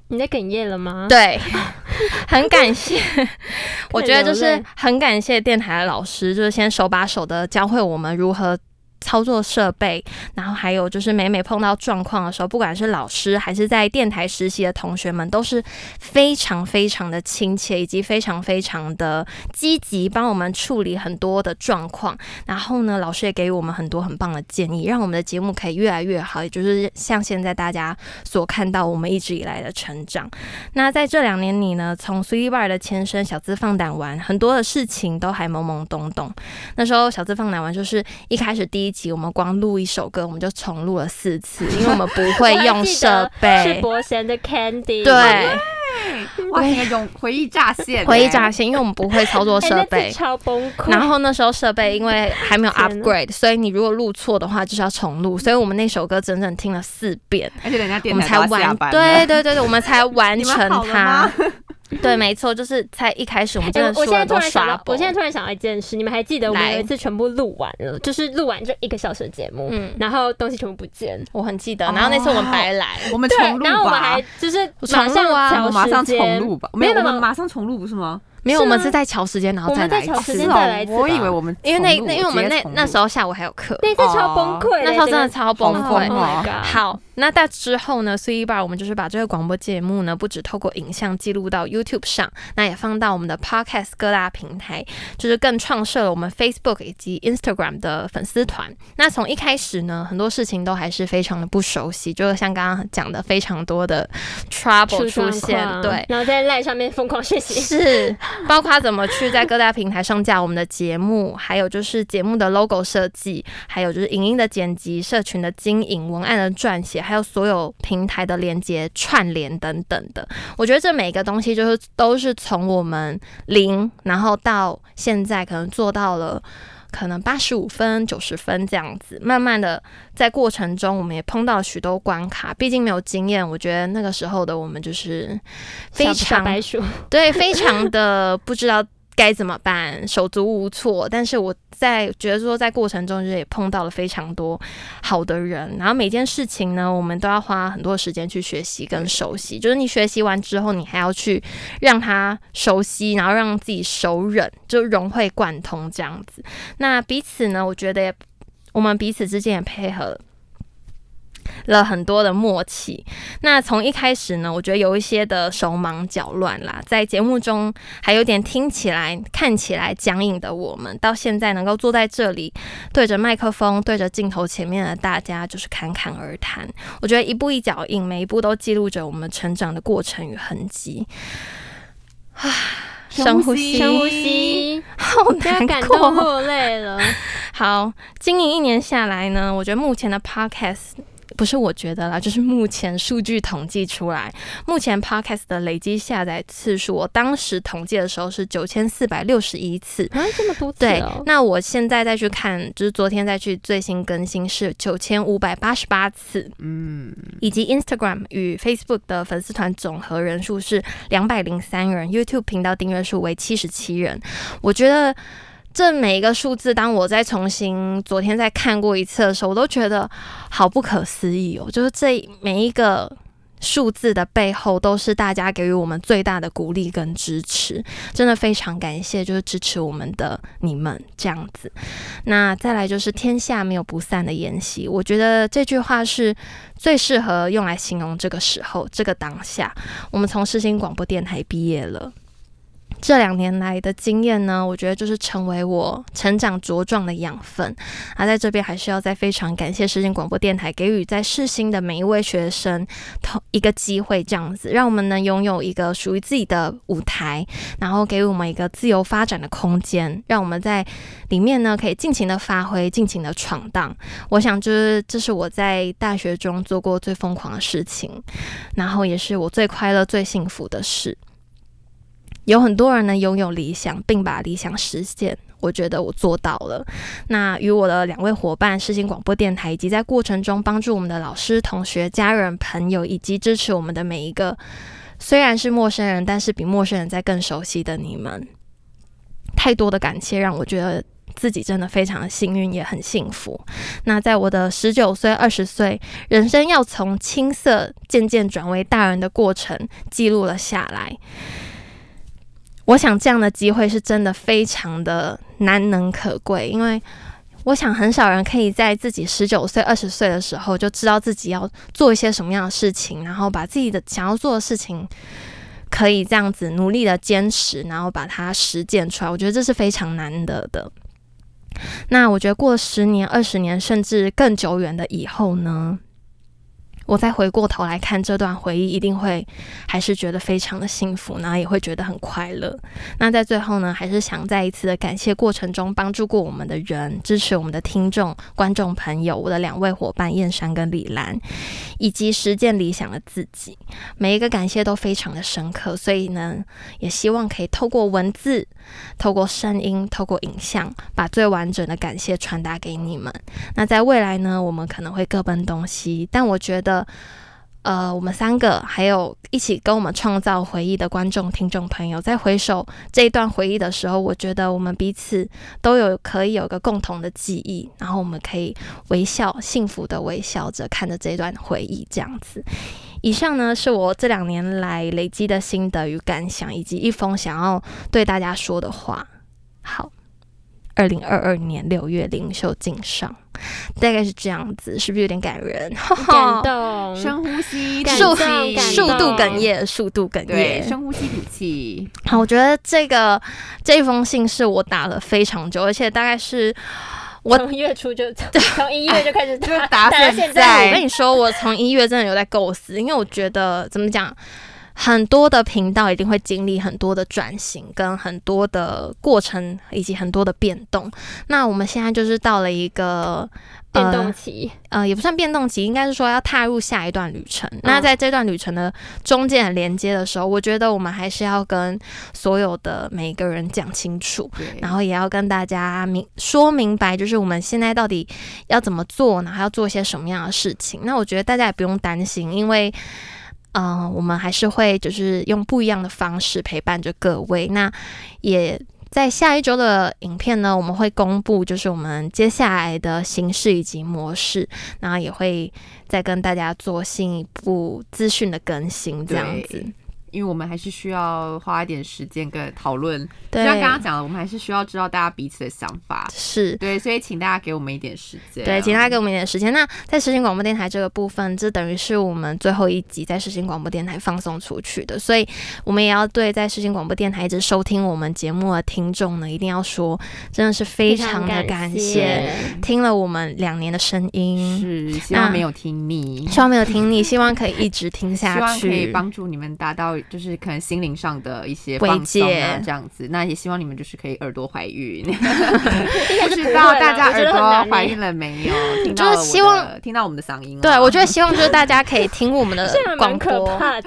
你在哽咽了吗？ 对，很感谢，我觉得就是很感谢电台的老师，就是先手把手的教会我们如何操作设备，然后还有就是每碰到状况的时候，不管是老师还是在电台实习的同学们，都是非常非常的亲切，以及非常非常的积极，帮我们处理很多的状况。然后呢，老师也给予我们很多很棒的建议，让我们的节目可以越来越好，也就是像现在大家所看到我们一直以来的成长。那在这2年里呢，从 Sweety Bar 的前身小资放胆玩，很多的事情都还懵懵懂懂。那时候小资放胆玩就是一开始第一集我们光录一首歌，我们就重录了4次，因为我们不会用设备。 是伯贤的 Candy。 对。 哇，那种回忆乍现， 回忆乍现，因为我们不会操作设备， 超崩溃。 然后那时候设备因为还没有 upgrade， 所以你如果录错的话，就是要重录。所以我们那首歌整整听了4遍， 而且人家电台都要下班了， 对，我们才完成它。对，没错，就是在一开始我们真的说的都刷爆。 我现在突然想到一件事，你们还记得我们有一次全部录完了，就是录完就1个小时的节目，然后东西全部不见， 我很记得。然后那次我们白来， 我们重录吧， 然后我们还就是重录啊， 我马上重录吧，没有，我们马上重录不是吗？ 没有，我们是在调时间，然后再来一次。 我以为我们因为我们那时候下午还有课， 那次超崩溃， 那时候真的超崩溃。 Oh 好，那在之后呢 ，Sweety Bar 我们就是把这个广播节目呢，不只透过影像记录到 YouTube 上，那也放到我们的 Podcast 各大平台，就是更创设了我们 Facebook 以及 Instagram 的粉丝团。那从一开始呢，很多事情都还是非常的不熟悉，就像刚刚讲的，非常多的 trouble 出现，对， 然后在 LINE 上面疯狂学习， 是。包括怎么去在各大平台上架我们的节目，还有就是节目的 logo 设计，还有就是影音的剪辑、社群的经营、文案的撰写，还有所有平台的连接、串联等等的。我觉得这每个东西就是都是从我们0，然后到现在可能做到了可能85分、90分这样子，慢慢的在过程中，我们也碰到了许多关卡。毕竟没有经验，我觉得那个时候的我们就是非常白鼠， 对，非常的不知道该怎么办，手足无措。但是我在觉得说，在过程中就是也碰到了非常多好的人，然后每件事情呢，我们都要花很多时间去学习跟熟悉。就是你学习完之后，你还要去让他熟悉，然后让自己熟稔，就融会贯通这样子。那彼此呢，我觉得我们彼此之间也配合了很多的默契。那从一开始呢，我觉得有一些的手忙脚乱啦，在节目中还有点听起来看起来僵硬的我们，到现在能够坐在这里对着麦克风对着镜头前面的大家就是侃侃而谈。我觉得一步一脚印，每一步都记录着我们成长的过程与痕迹。深呼吸，好难过， 感动落泪了。 好，经营1年下来呢，我觉得目前的 podcast不是我觉得啦，就是目前数据统计出来，目前 podcast 的累积下载次数，我当时统计的时候是9461次啊，这么多次对，那我现在再去看，就是昨天再去最新更新是9588次，以及 Instagram 与 Facebook 的粉丝团总和人数是203人 ，YouTube 频道订阅数为77人，我觉得。这每一个数字，当我再重新昨天再看过一次的时候，我都觉得好不可思议哦！就是这每一个数字的背后，都是大家给予我们最大的鼓励跟支持，真的非常感谢，就是支持我们的你们这样子。那再来就是天下没有不散的筵席，我觉得这句话是最适合用来形容这个时候、这个当下。我们从世新广播电台毕业了。这2年来的经验呢，我觉得就是成为我成长茁壮的养分。在这边还是要再非常感谢世新广播电台给予在世新的每一位学生一个机会，这样子让我们能拥有一个属于自己的舞台，然后给予我们一个自由发展的空间，让我们在里面呢可以尽情的发挥，尽情的闯荡。我想这是我在大学中做过最疯狂的事情，然后也是我最快乐、最幸福的事。有很多人能拥有理想并把理想实现，我觉得我做到了。那与我的2位伙伴世新广播电台，以及在过程中帮助我们的老师、同学、家人、朋友，以及支持我们的每一个虽然是陌生人，但是比陌生人在更熟悉的你们，太多的感谢让我觉得自己真的非常的幸运，也很幸福。那在我的19岁、20岁，人生要从青涩渐渐转为大人的过程记录了下来。我想这样的机会是真的非常的难能可贵，因为我想很少人可以在自己19岁、20岁的时候就知道自己要做一些什么样的事情，然后把自己的想要做的事情可以这样子努力的坚持，然后把它实践出来。我觉得这是非常难得的。那我觉得过了10年、20年，甚至更久远的以后呢，我再回过头来看这段回忆，一定会还是觉得非常的幸福，然后也会觉得很快乐。那在最后呢，还是想再一次的感谢过程中帮助过我们的人，支持我们的听众、观众朋友，我的2位伙伴燕珊跟李兰，以及实践理想的自己。每一个感谢都非常的深刻，所以呢，也希望可以透过文字、透过声音、透过影像，把最完整的感谢传达给你们。那在未来呢，我们可能会各奔东西，但我觉得我们3个还有一起跟我们创造回忆的观众、听众朋友，在回首这一段回忆的时候，我觉得我们彼此都可以有个共同的记忆，然后我们可以微笑，幸福的微笑着看着这段回忆，这样子。以上呢是我这2年来累积的心得与感想，以及一封想要对大家说的话。好，2022年6月领袖敬上，大概是这样子，是不是有点感人？ 感动， 深呼吸， 数度哽咽，数度哽咽， 对，深呼吸，吐气。 好，我觉得这封信是我打了非常久，而且大概是我从1月初就从1月就开始打到现在。 我跟你说，我从1月真的有在构思，因为我觉得怎么讲，很多的频道一定会经历很多的转型，跟很多的过程，以及很多的变动。那我们现在就是到了一个变动期， 也不算变动期，应该是说要踏入下一段旅程。那在这段旅程的中间的连接的时候，我觉得我们还是要跟所有的每一个人讲清楚，然后也要跟大家说明白，就是我们现在到底要怎么做，然后要做一些什么样的事情。那我觉得大家也不用担心，因为我们还是会就是用不一样的方式陪伴着各位。那也在下一周的影片呢，我们会公布就是我们接下来的形式以及模式，然后也会再跟大家做进一步资讯的更新，这样子。 因为我们还是需要花一点时间跟讨论，就像刚刚讲的，我们还是需要知道大家彼此的想法， 是对，所以请大家给我们一点时间， 对，请大家给我们一点时间。那在世新广播电台这个部分，这等于是我们最后一集在世新广播电台放送出去的，所以我们也要对在世新广播电台一直收听我们节目的听众呢，一定要说，真的是非常的感谢，听了我们2年的声音， 是希望没有听腻， 希望可以一直听下去， 希望可以帮助你们达到就是可能心灵上的一些放松啊，这样子。那也希望你们就是可以耳朵怀孕，不知道大家耳朵怀孕了没有？ 就是希望听到我们的嗓音。 对，我觉得希望就是大家可以听我们的广播， 会吗？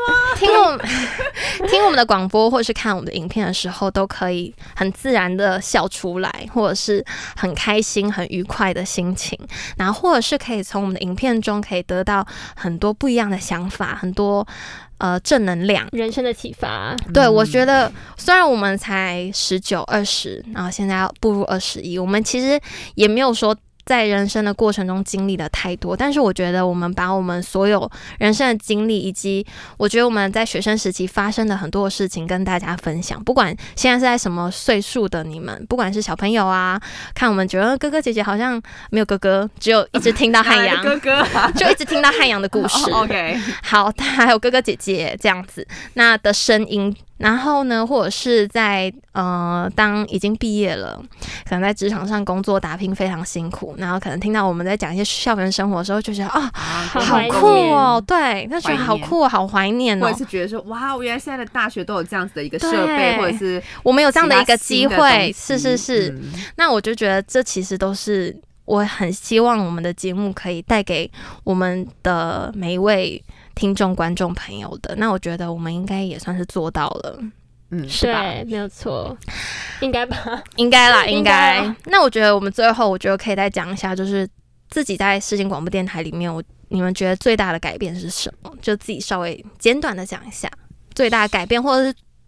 听我们的广播，或者是看我们的影片的时候，都可以很自然的笑出来，或者是很开心、很愉快的心情，然后或者是可以从我们的影片中可以得到很多不一样的想法，很多正能量， 人生的启发。 对，我觉得虽然我们才19、20，然后现在要步入21，我们其实也没有说在人生的过程中经历了太多，但是我觉得我们把我们所有人生的经历，以及我觉得我们在学生时期发生的很多的事情跟大家分享，不管现在是在什么岁数的你们，不管是小朋友啊，看我们觉得哥哥姐姐好像没有哥哥，只有一直听到汉阳哥哥就一直听到汉阳的故事 OK， 好，还有哥哥姐姐这样子那的声音。然后呢，或者是在当已经毕业了，可能在职场上工作打拼非常辛苦，然后可能听到我们在讲一些校园生活的时候，就觉得好酷哦，对，那觉得好酷哦，好怀念哦， 或者是觉得说哇，我原来现在的大学都有这样子的一个设备，或者是我们有这样的一个机会，是，那我就觉得这其实都是我很希望我们的节目可以带给我们的每一位听众、观众朋友的，那我觉得我们应该也算是做到了，是吧？ 对，没有错，应该吧？ 应该啦，应该。那我觉得我们最后，我觉得可以再讲一下，就是自己在世新广播电台里面，你们觉得最大的改变是什么？就自己稍微简短的讲一下最大的改变，或者是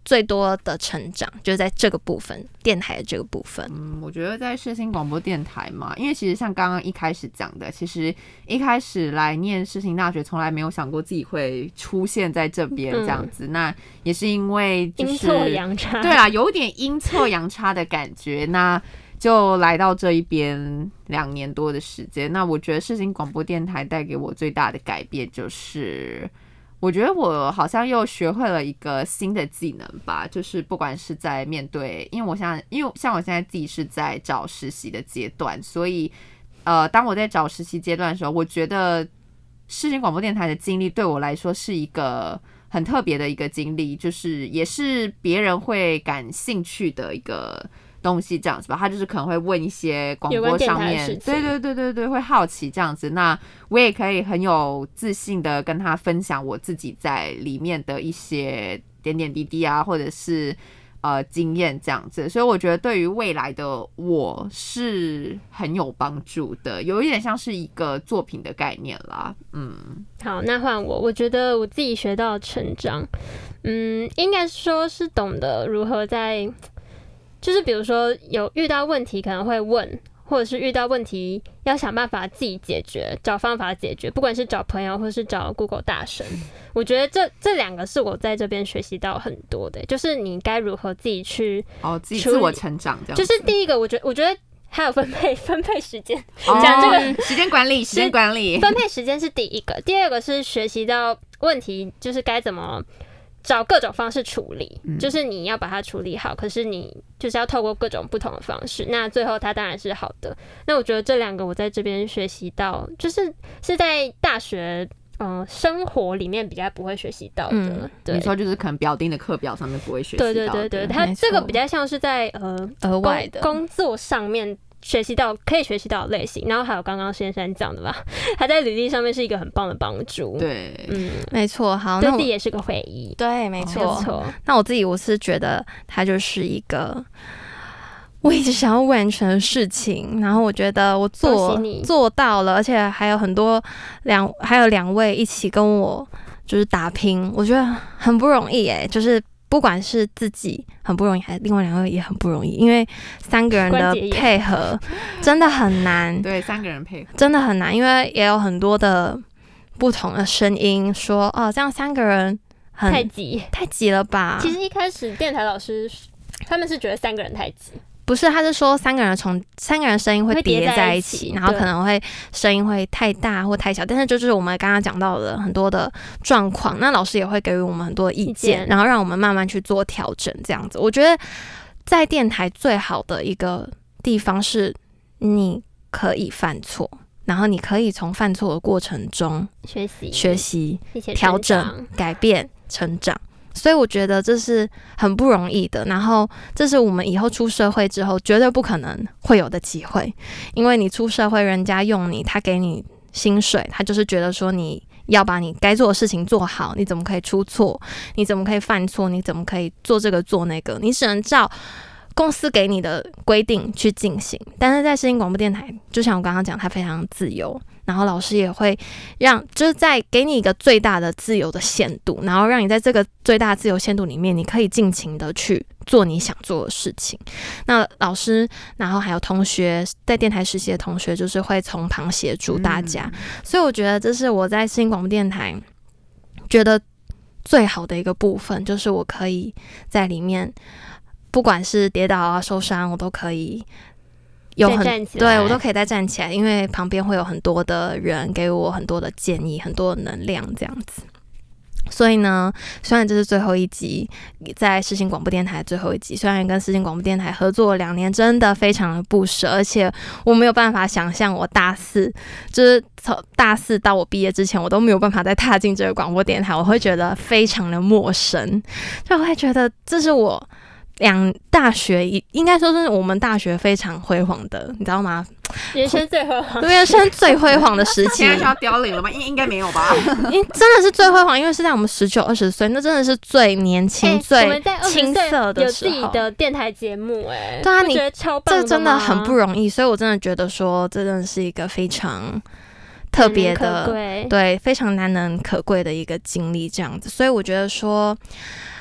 最多的成长，就是在这个部分，电台的这个部分。 我觉得在世新广播电台嘛，因为其实像刚刚一开始讲的，其实一开始来念世新大学，从来没有想过自己会出现在这边这样子。那也是因为就是阴错阳差， 对啊，有点阴错阳差的感觉。那就来到这一边2年多的时间。那我觉得世新广播电台带给我最大的改变就是，我觉得我好像又学会了一个新的技能吧，就是不管是在面对，因为像我现在自己是在找实习的阶段，所以当我在找实习阶段的时候，我觉得世新广播电台的经历对我来说是一个很特别的一个经历，就是也是别人会感兴趣的一个东西这样子吧。他就是可能会问一些广播上面，对，会好奇这样子。那我也可以很有自信的跟他分享我自己在里面的一些点点滴滴啊，或者是经验这样子。所以我觉得对于未来的我是很有帮助的，有一点像是一个作品的概念啦。 好，那换我觉得我自己学到成长，应该说是懂得如何在。就是比如说有遇到问题可能会问，或者是遇到问题要想办法自己解决，找方法解决，不管是找朋友或是找 Google 大神。我觉得这2个是我在这边学习到很多的，就是你该如何自己去自己自我成长这样子。 就是第一个我觉得还有分配时间，讲这个时间管理， 分配时间是第一个，第二个是学习到问题就是该怎么找各种方式处理，就是你要把它处理好，可是你就是要透过各种不同的方式，那最后它当然是好的。那我觉得这2个我在这边学习到，就是在大学生活里面比较不会学习到的。对， 你说就是可能标定的课表上面不会学习到的。 对，它这个比较像是在额外的工作上面可以学习到的类型，然后还有刚刚先生讲的吧，他在履历上面是一个很棒的帮助。 对， 没错。好， 对自己也是个回忆。 对，没错。那我是觉得它就是一个我一直想要完成的事情，然后我觉得我做到了，而且还有还有2位一起跟我就是打拼，我觉得很不容易就是不管是自己很不容易，还是另外2位也很不容易，因为3个人的配合真的很难。 对，3个人配合真的很难，因为也有很多的不同的声音说，这样3个人太挤了吧？ 其实一开始电台老师他们是觉得3个人太挤。 不是，他是说3个人声音会叠在一起，然后可能会声音会太大或太小，但是就是我们刚刚讲到的很多的状况，那老师也会给予我们很多的意见，然后让我们慢慢去做调整，这样子。我觉得在电台最好的一个地方是你可以犯错，然后你可以从犯错的过程中学习调整、改变、成长。所以我觉得这是很不容易的，然后这是我们以后出社会之后绝对不可能会有的机会，因为你出社会，人家用你，他给你薪水，他就是觉得说你要把你该做的事情做好，你怎么可以出错？你怎么可以犯错？你怎么可以做这个做那个？你只能照公司给你的规定去进行。但是在世新广播电台，就像我刚刚讲，它非常自由。然后老师也会就是在给你一个最大的自由的限度，然后让你在这个最大的自由限度里面，你可以尽情的去做你想做的事情。那老师，然后还有同学，在电台实习的同学，就是会从旁协助大家。所以我觉得这是我在世新广播电台觉得最好的一个部分，就是我可以在里面，不管是跌倒啊、受伤，我都可以。对，我都可以再站起来，因为旁边会有很多的人给我很多的建议，很多的能量这样子。所以呢，虽然这是最后一集，在世新广播电台最后一集，虽然跟世新广播电台合作了2年，真的非常的不舍，而且我没有办法想象我大4，就是从大4到我毕业之前，我都没有办法再踏进这个广播电台，我会觉得非常的陌生，就会觉得这是我大学应该说是我们大学非常辉煌的，你知道吗？ 人生最辉煌， 人生最辉煌的时期。 现在是要凋零了吗？应该没有吧？ 真的是最辉煌，因为是在我们19、20岁，那真的是最年轻、最青涩的时候， 有自己的电台节目， 对啊， 你觉得超棒的吗？ 这真的很不容易，所以我真的觉得说，这真的是一个非常特别的，对，非常难能可贵的一个经历，这样子。所以我觉得说，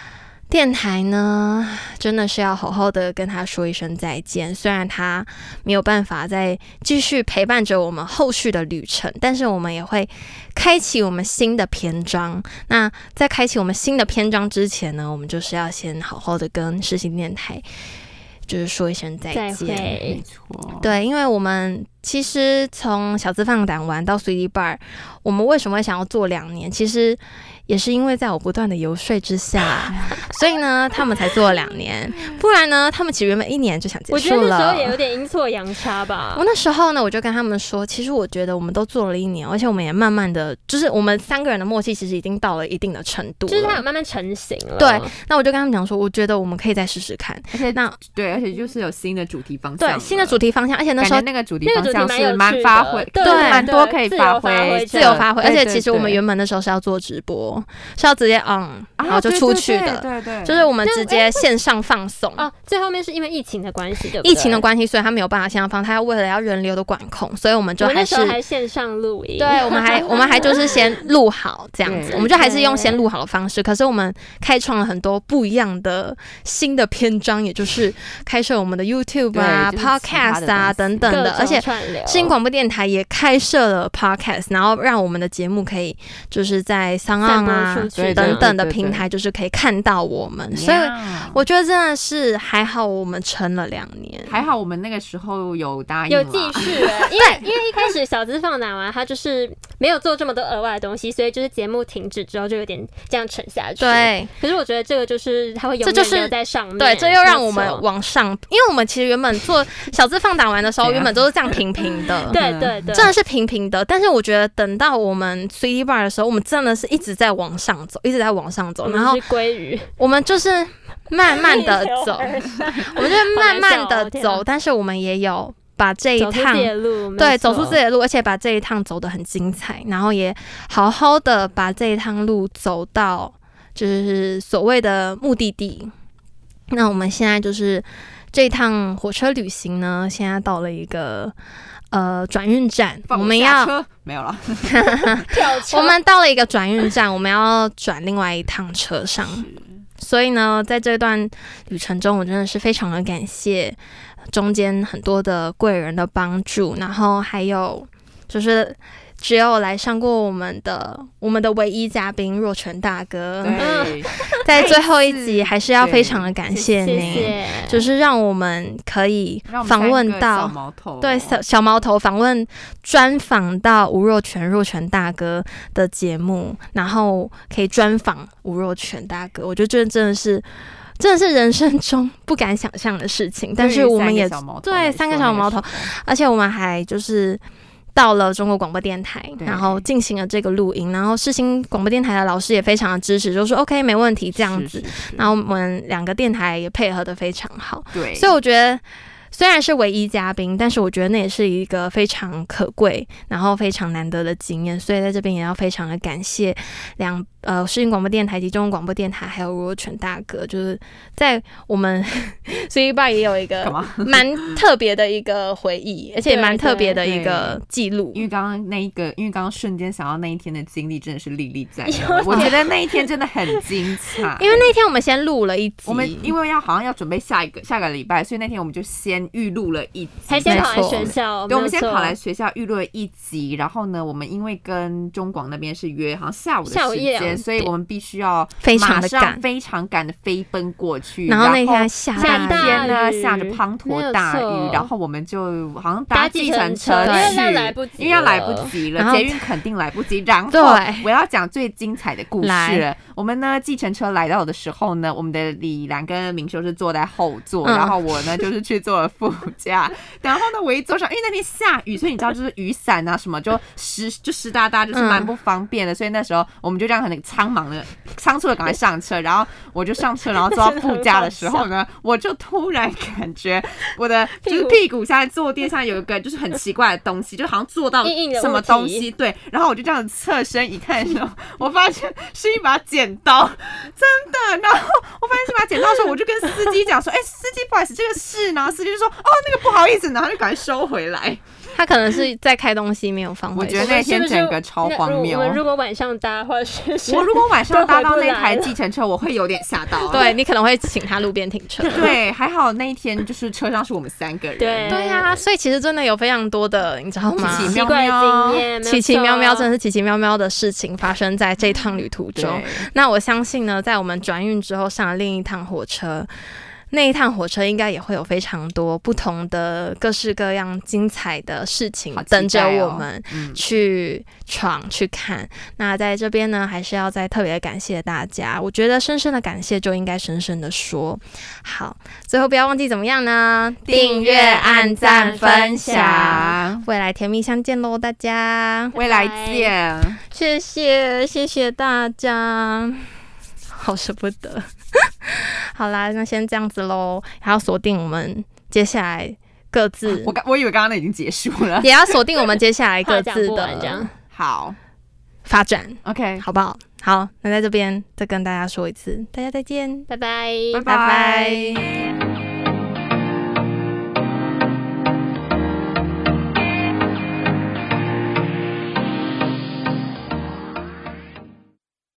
电台呢，真的是要好好的跟他说一声再见。虽然他没有办法再继续陪伴着我们后续的旅程，但是我们也会开启我们新的篇章。那在开启我们新的篇章之前呢，我们就是要先好好的跟世新电台就是说一声再见。 没错， 对，因为我们其实从小资放胆玩到 Sweetie Bar， 我们为什么会想要做2年？其实也是因为在我不断的游说之下，所以呢，他们才做了2年。不然呢，他们其实原本1年就想结束了。 我觉得那时候也有点阴错阳差吧。 我那时候呢，我就跟他们说，其实我觉得我们都做了1年，而且我们也慢慢的，就是我们3个人的默契其实已经到了一定的程度了， 就是它有慢慢成型了。 对，那我就跟他们讲说，我觉得我们可以再试试看。 而且而且就是有新的主题方向， 对，新的主题方向，而且那时候那个主题方向是蛮发挥， 对， 蛮多可以发挥， 自由发挥。而且其实我们原本那时候是要做直播，是要直接然后就出去的， 对， 就是我们直接线上放送。 最后面是因为疫情的关系，对不对？ 疫情的关系，所以他没有办法线上放，他要为了要人流的管控，所以我们就还是我那时候还线上录音。 对，我们还就是先录好这样子，我们就还是用先录好的方式。可是我们开创了很多不一样的新的篇章，也就是开设我们的 YouTube 啊、Podcast 啊等等的，而且世新广播电台也开设了 Podcast， 然后让我们的节目可以就是在SoundOn啊等等的平台，就是可以看到我们。所以我觉得真的是还好，我们撑了2年， 还好我们那个时候有答应有继续，因为一开始小资放胆玩，他就是没有做这么多额外的东西，所以就是节目停止之后就有点这样沉下去。 对， 可是我觉得这个就是他会永远留在上面。 对，这又让我们往上，因为我们其实原本做小资放胆玩的时候，原本都是这样平平的， 对， 真的是平平的。但是我觉得等到我们 Sweetie Bar 的时候，我们真的是一直在往上走，一直在往上走，然后我们就是慢慢的走，我们就慢慢的走，但是我们也有把这一趟走出自己的路，而且把这一趟走得很精彩，然后也好好的把这一趟路走到就是所谓的目的地。那我们现在就是这一趟火车旅行呢，现在到了一个转运站，我们要没有了我们到了一个转运站，我们要转另外一趟车上。所以呢，在这段旅程中，我真的是非常的感谢中间很多的贵人的帮助，然后还有就是只有来上过我们的唯一嘉宾若权大哥，在最后一集还是要非常的感谢您，就是让我们可以访问到小毛头访问专访到吴若权大哥的节目，然后可以专访吴若权大哥，我觉得这真的是人生中不敢想象的事情。但是我们也对3个小毛头，而且我们还就是到了中国广播电台，然后进行了这个录音，然后世新广播电台的老师也非常的支持，就说 OK 没问题这样子，然后我们2个电台也配合得非常好，对，所以我觉得虽然是唯一嘉宾，但是我觉得那也是一个非常可贵然后非常难得的经验，所以在这边也要非常的感谢世新广播电台及中文广播电台还有若权大哥，就是在我们Sweetie Bar也有一个蛮特别的一个回忆，而且也蛮特别的一个记录。 因为刚刚瞬间想到那一天的经历真的是历历在目，我觉得那一天真的很精彩。 因为那天我们先录了一集， 我们因为好像要准备下个礼拜，所以那天我们就先预录了一集， 还先跑来学校， 对，我们先跑来学校预录了一集，然后呢，我们因为跟中广那边是约好像下午的时间，所以我们必须要马上非常赶的飞奔过去， 然后那天下天呢下着滂沱大雨，然后我们就好像搭计程车去，因为要来不及了，捷运肯定来不及。然后我要讲最精彩的故事了。我们呢计程车来到的时候呢，我们的李兰跟明修是坐在后座，然后我呢就是去坐了副驾。然后呢我一坐上，因为那天下雨，所以你知道就是雨伞啊什么就湿哒哒，就是蛮不方便的。所以那时候我们就这样很仓促的赶快上车，然后我就上车，然后坐到副驾的时候呢，我就突然感觉我的就是屁股下坐垫上有一个就是很奇怪的东西，就好像坐到什么东西，对，然后我就这样侧身一看的时候，我发现是一把剪刀，真的。然后我发现是一把剪刀的时候，我就跟司机讲说：“司机不好意思，这个是。”然后司机就说：“哦，那个不好意思。”然后就赶快收回来。 他可能是在开东西没有放回去。 我觉得那天整个超荒谬。 我们如果晚上搭或者是我如果晚上搭到那台计程车，我会有点吓到。 对，你可能会请他路边停车。 对，还好那一天就是车上是我们3个人。 对啊，所以其实真的有非常多的，你知道吗？ 奇怪的经验， 奇奇妙妙，真的是奇奇妙妙的事情发生在这趟旅途中。那我相信呢，在我们转运之后上了另一趟火车。那一趟火车应该也会有非常多不同的各式各样精彩的事情等着我们去闯去看。那在这边呢，还是要再特别感谢大家。我觉得深深的感谢就应该深深的说。好，最后不要忘记怎么样呢？ 订阅、按赞、分享， 未来甜蜜相见喽，大家， 未来见。 谢谢大家。好舍不得。好啦，那先这样子咯，还要锁定我们接下来各自。 我以为刚刚那已经结束了， 也要锁定我们接下来各自的好发展。 OK， 好不好？好，那在这边再跟大家说一次，大家再见， 拜拜， 拜拜。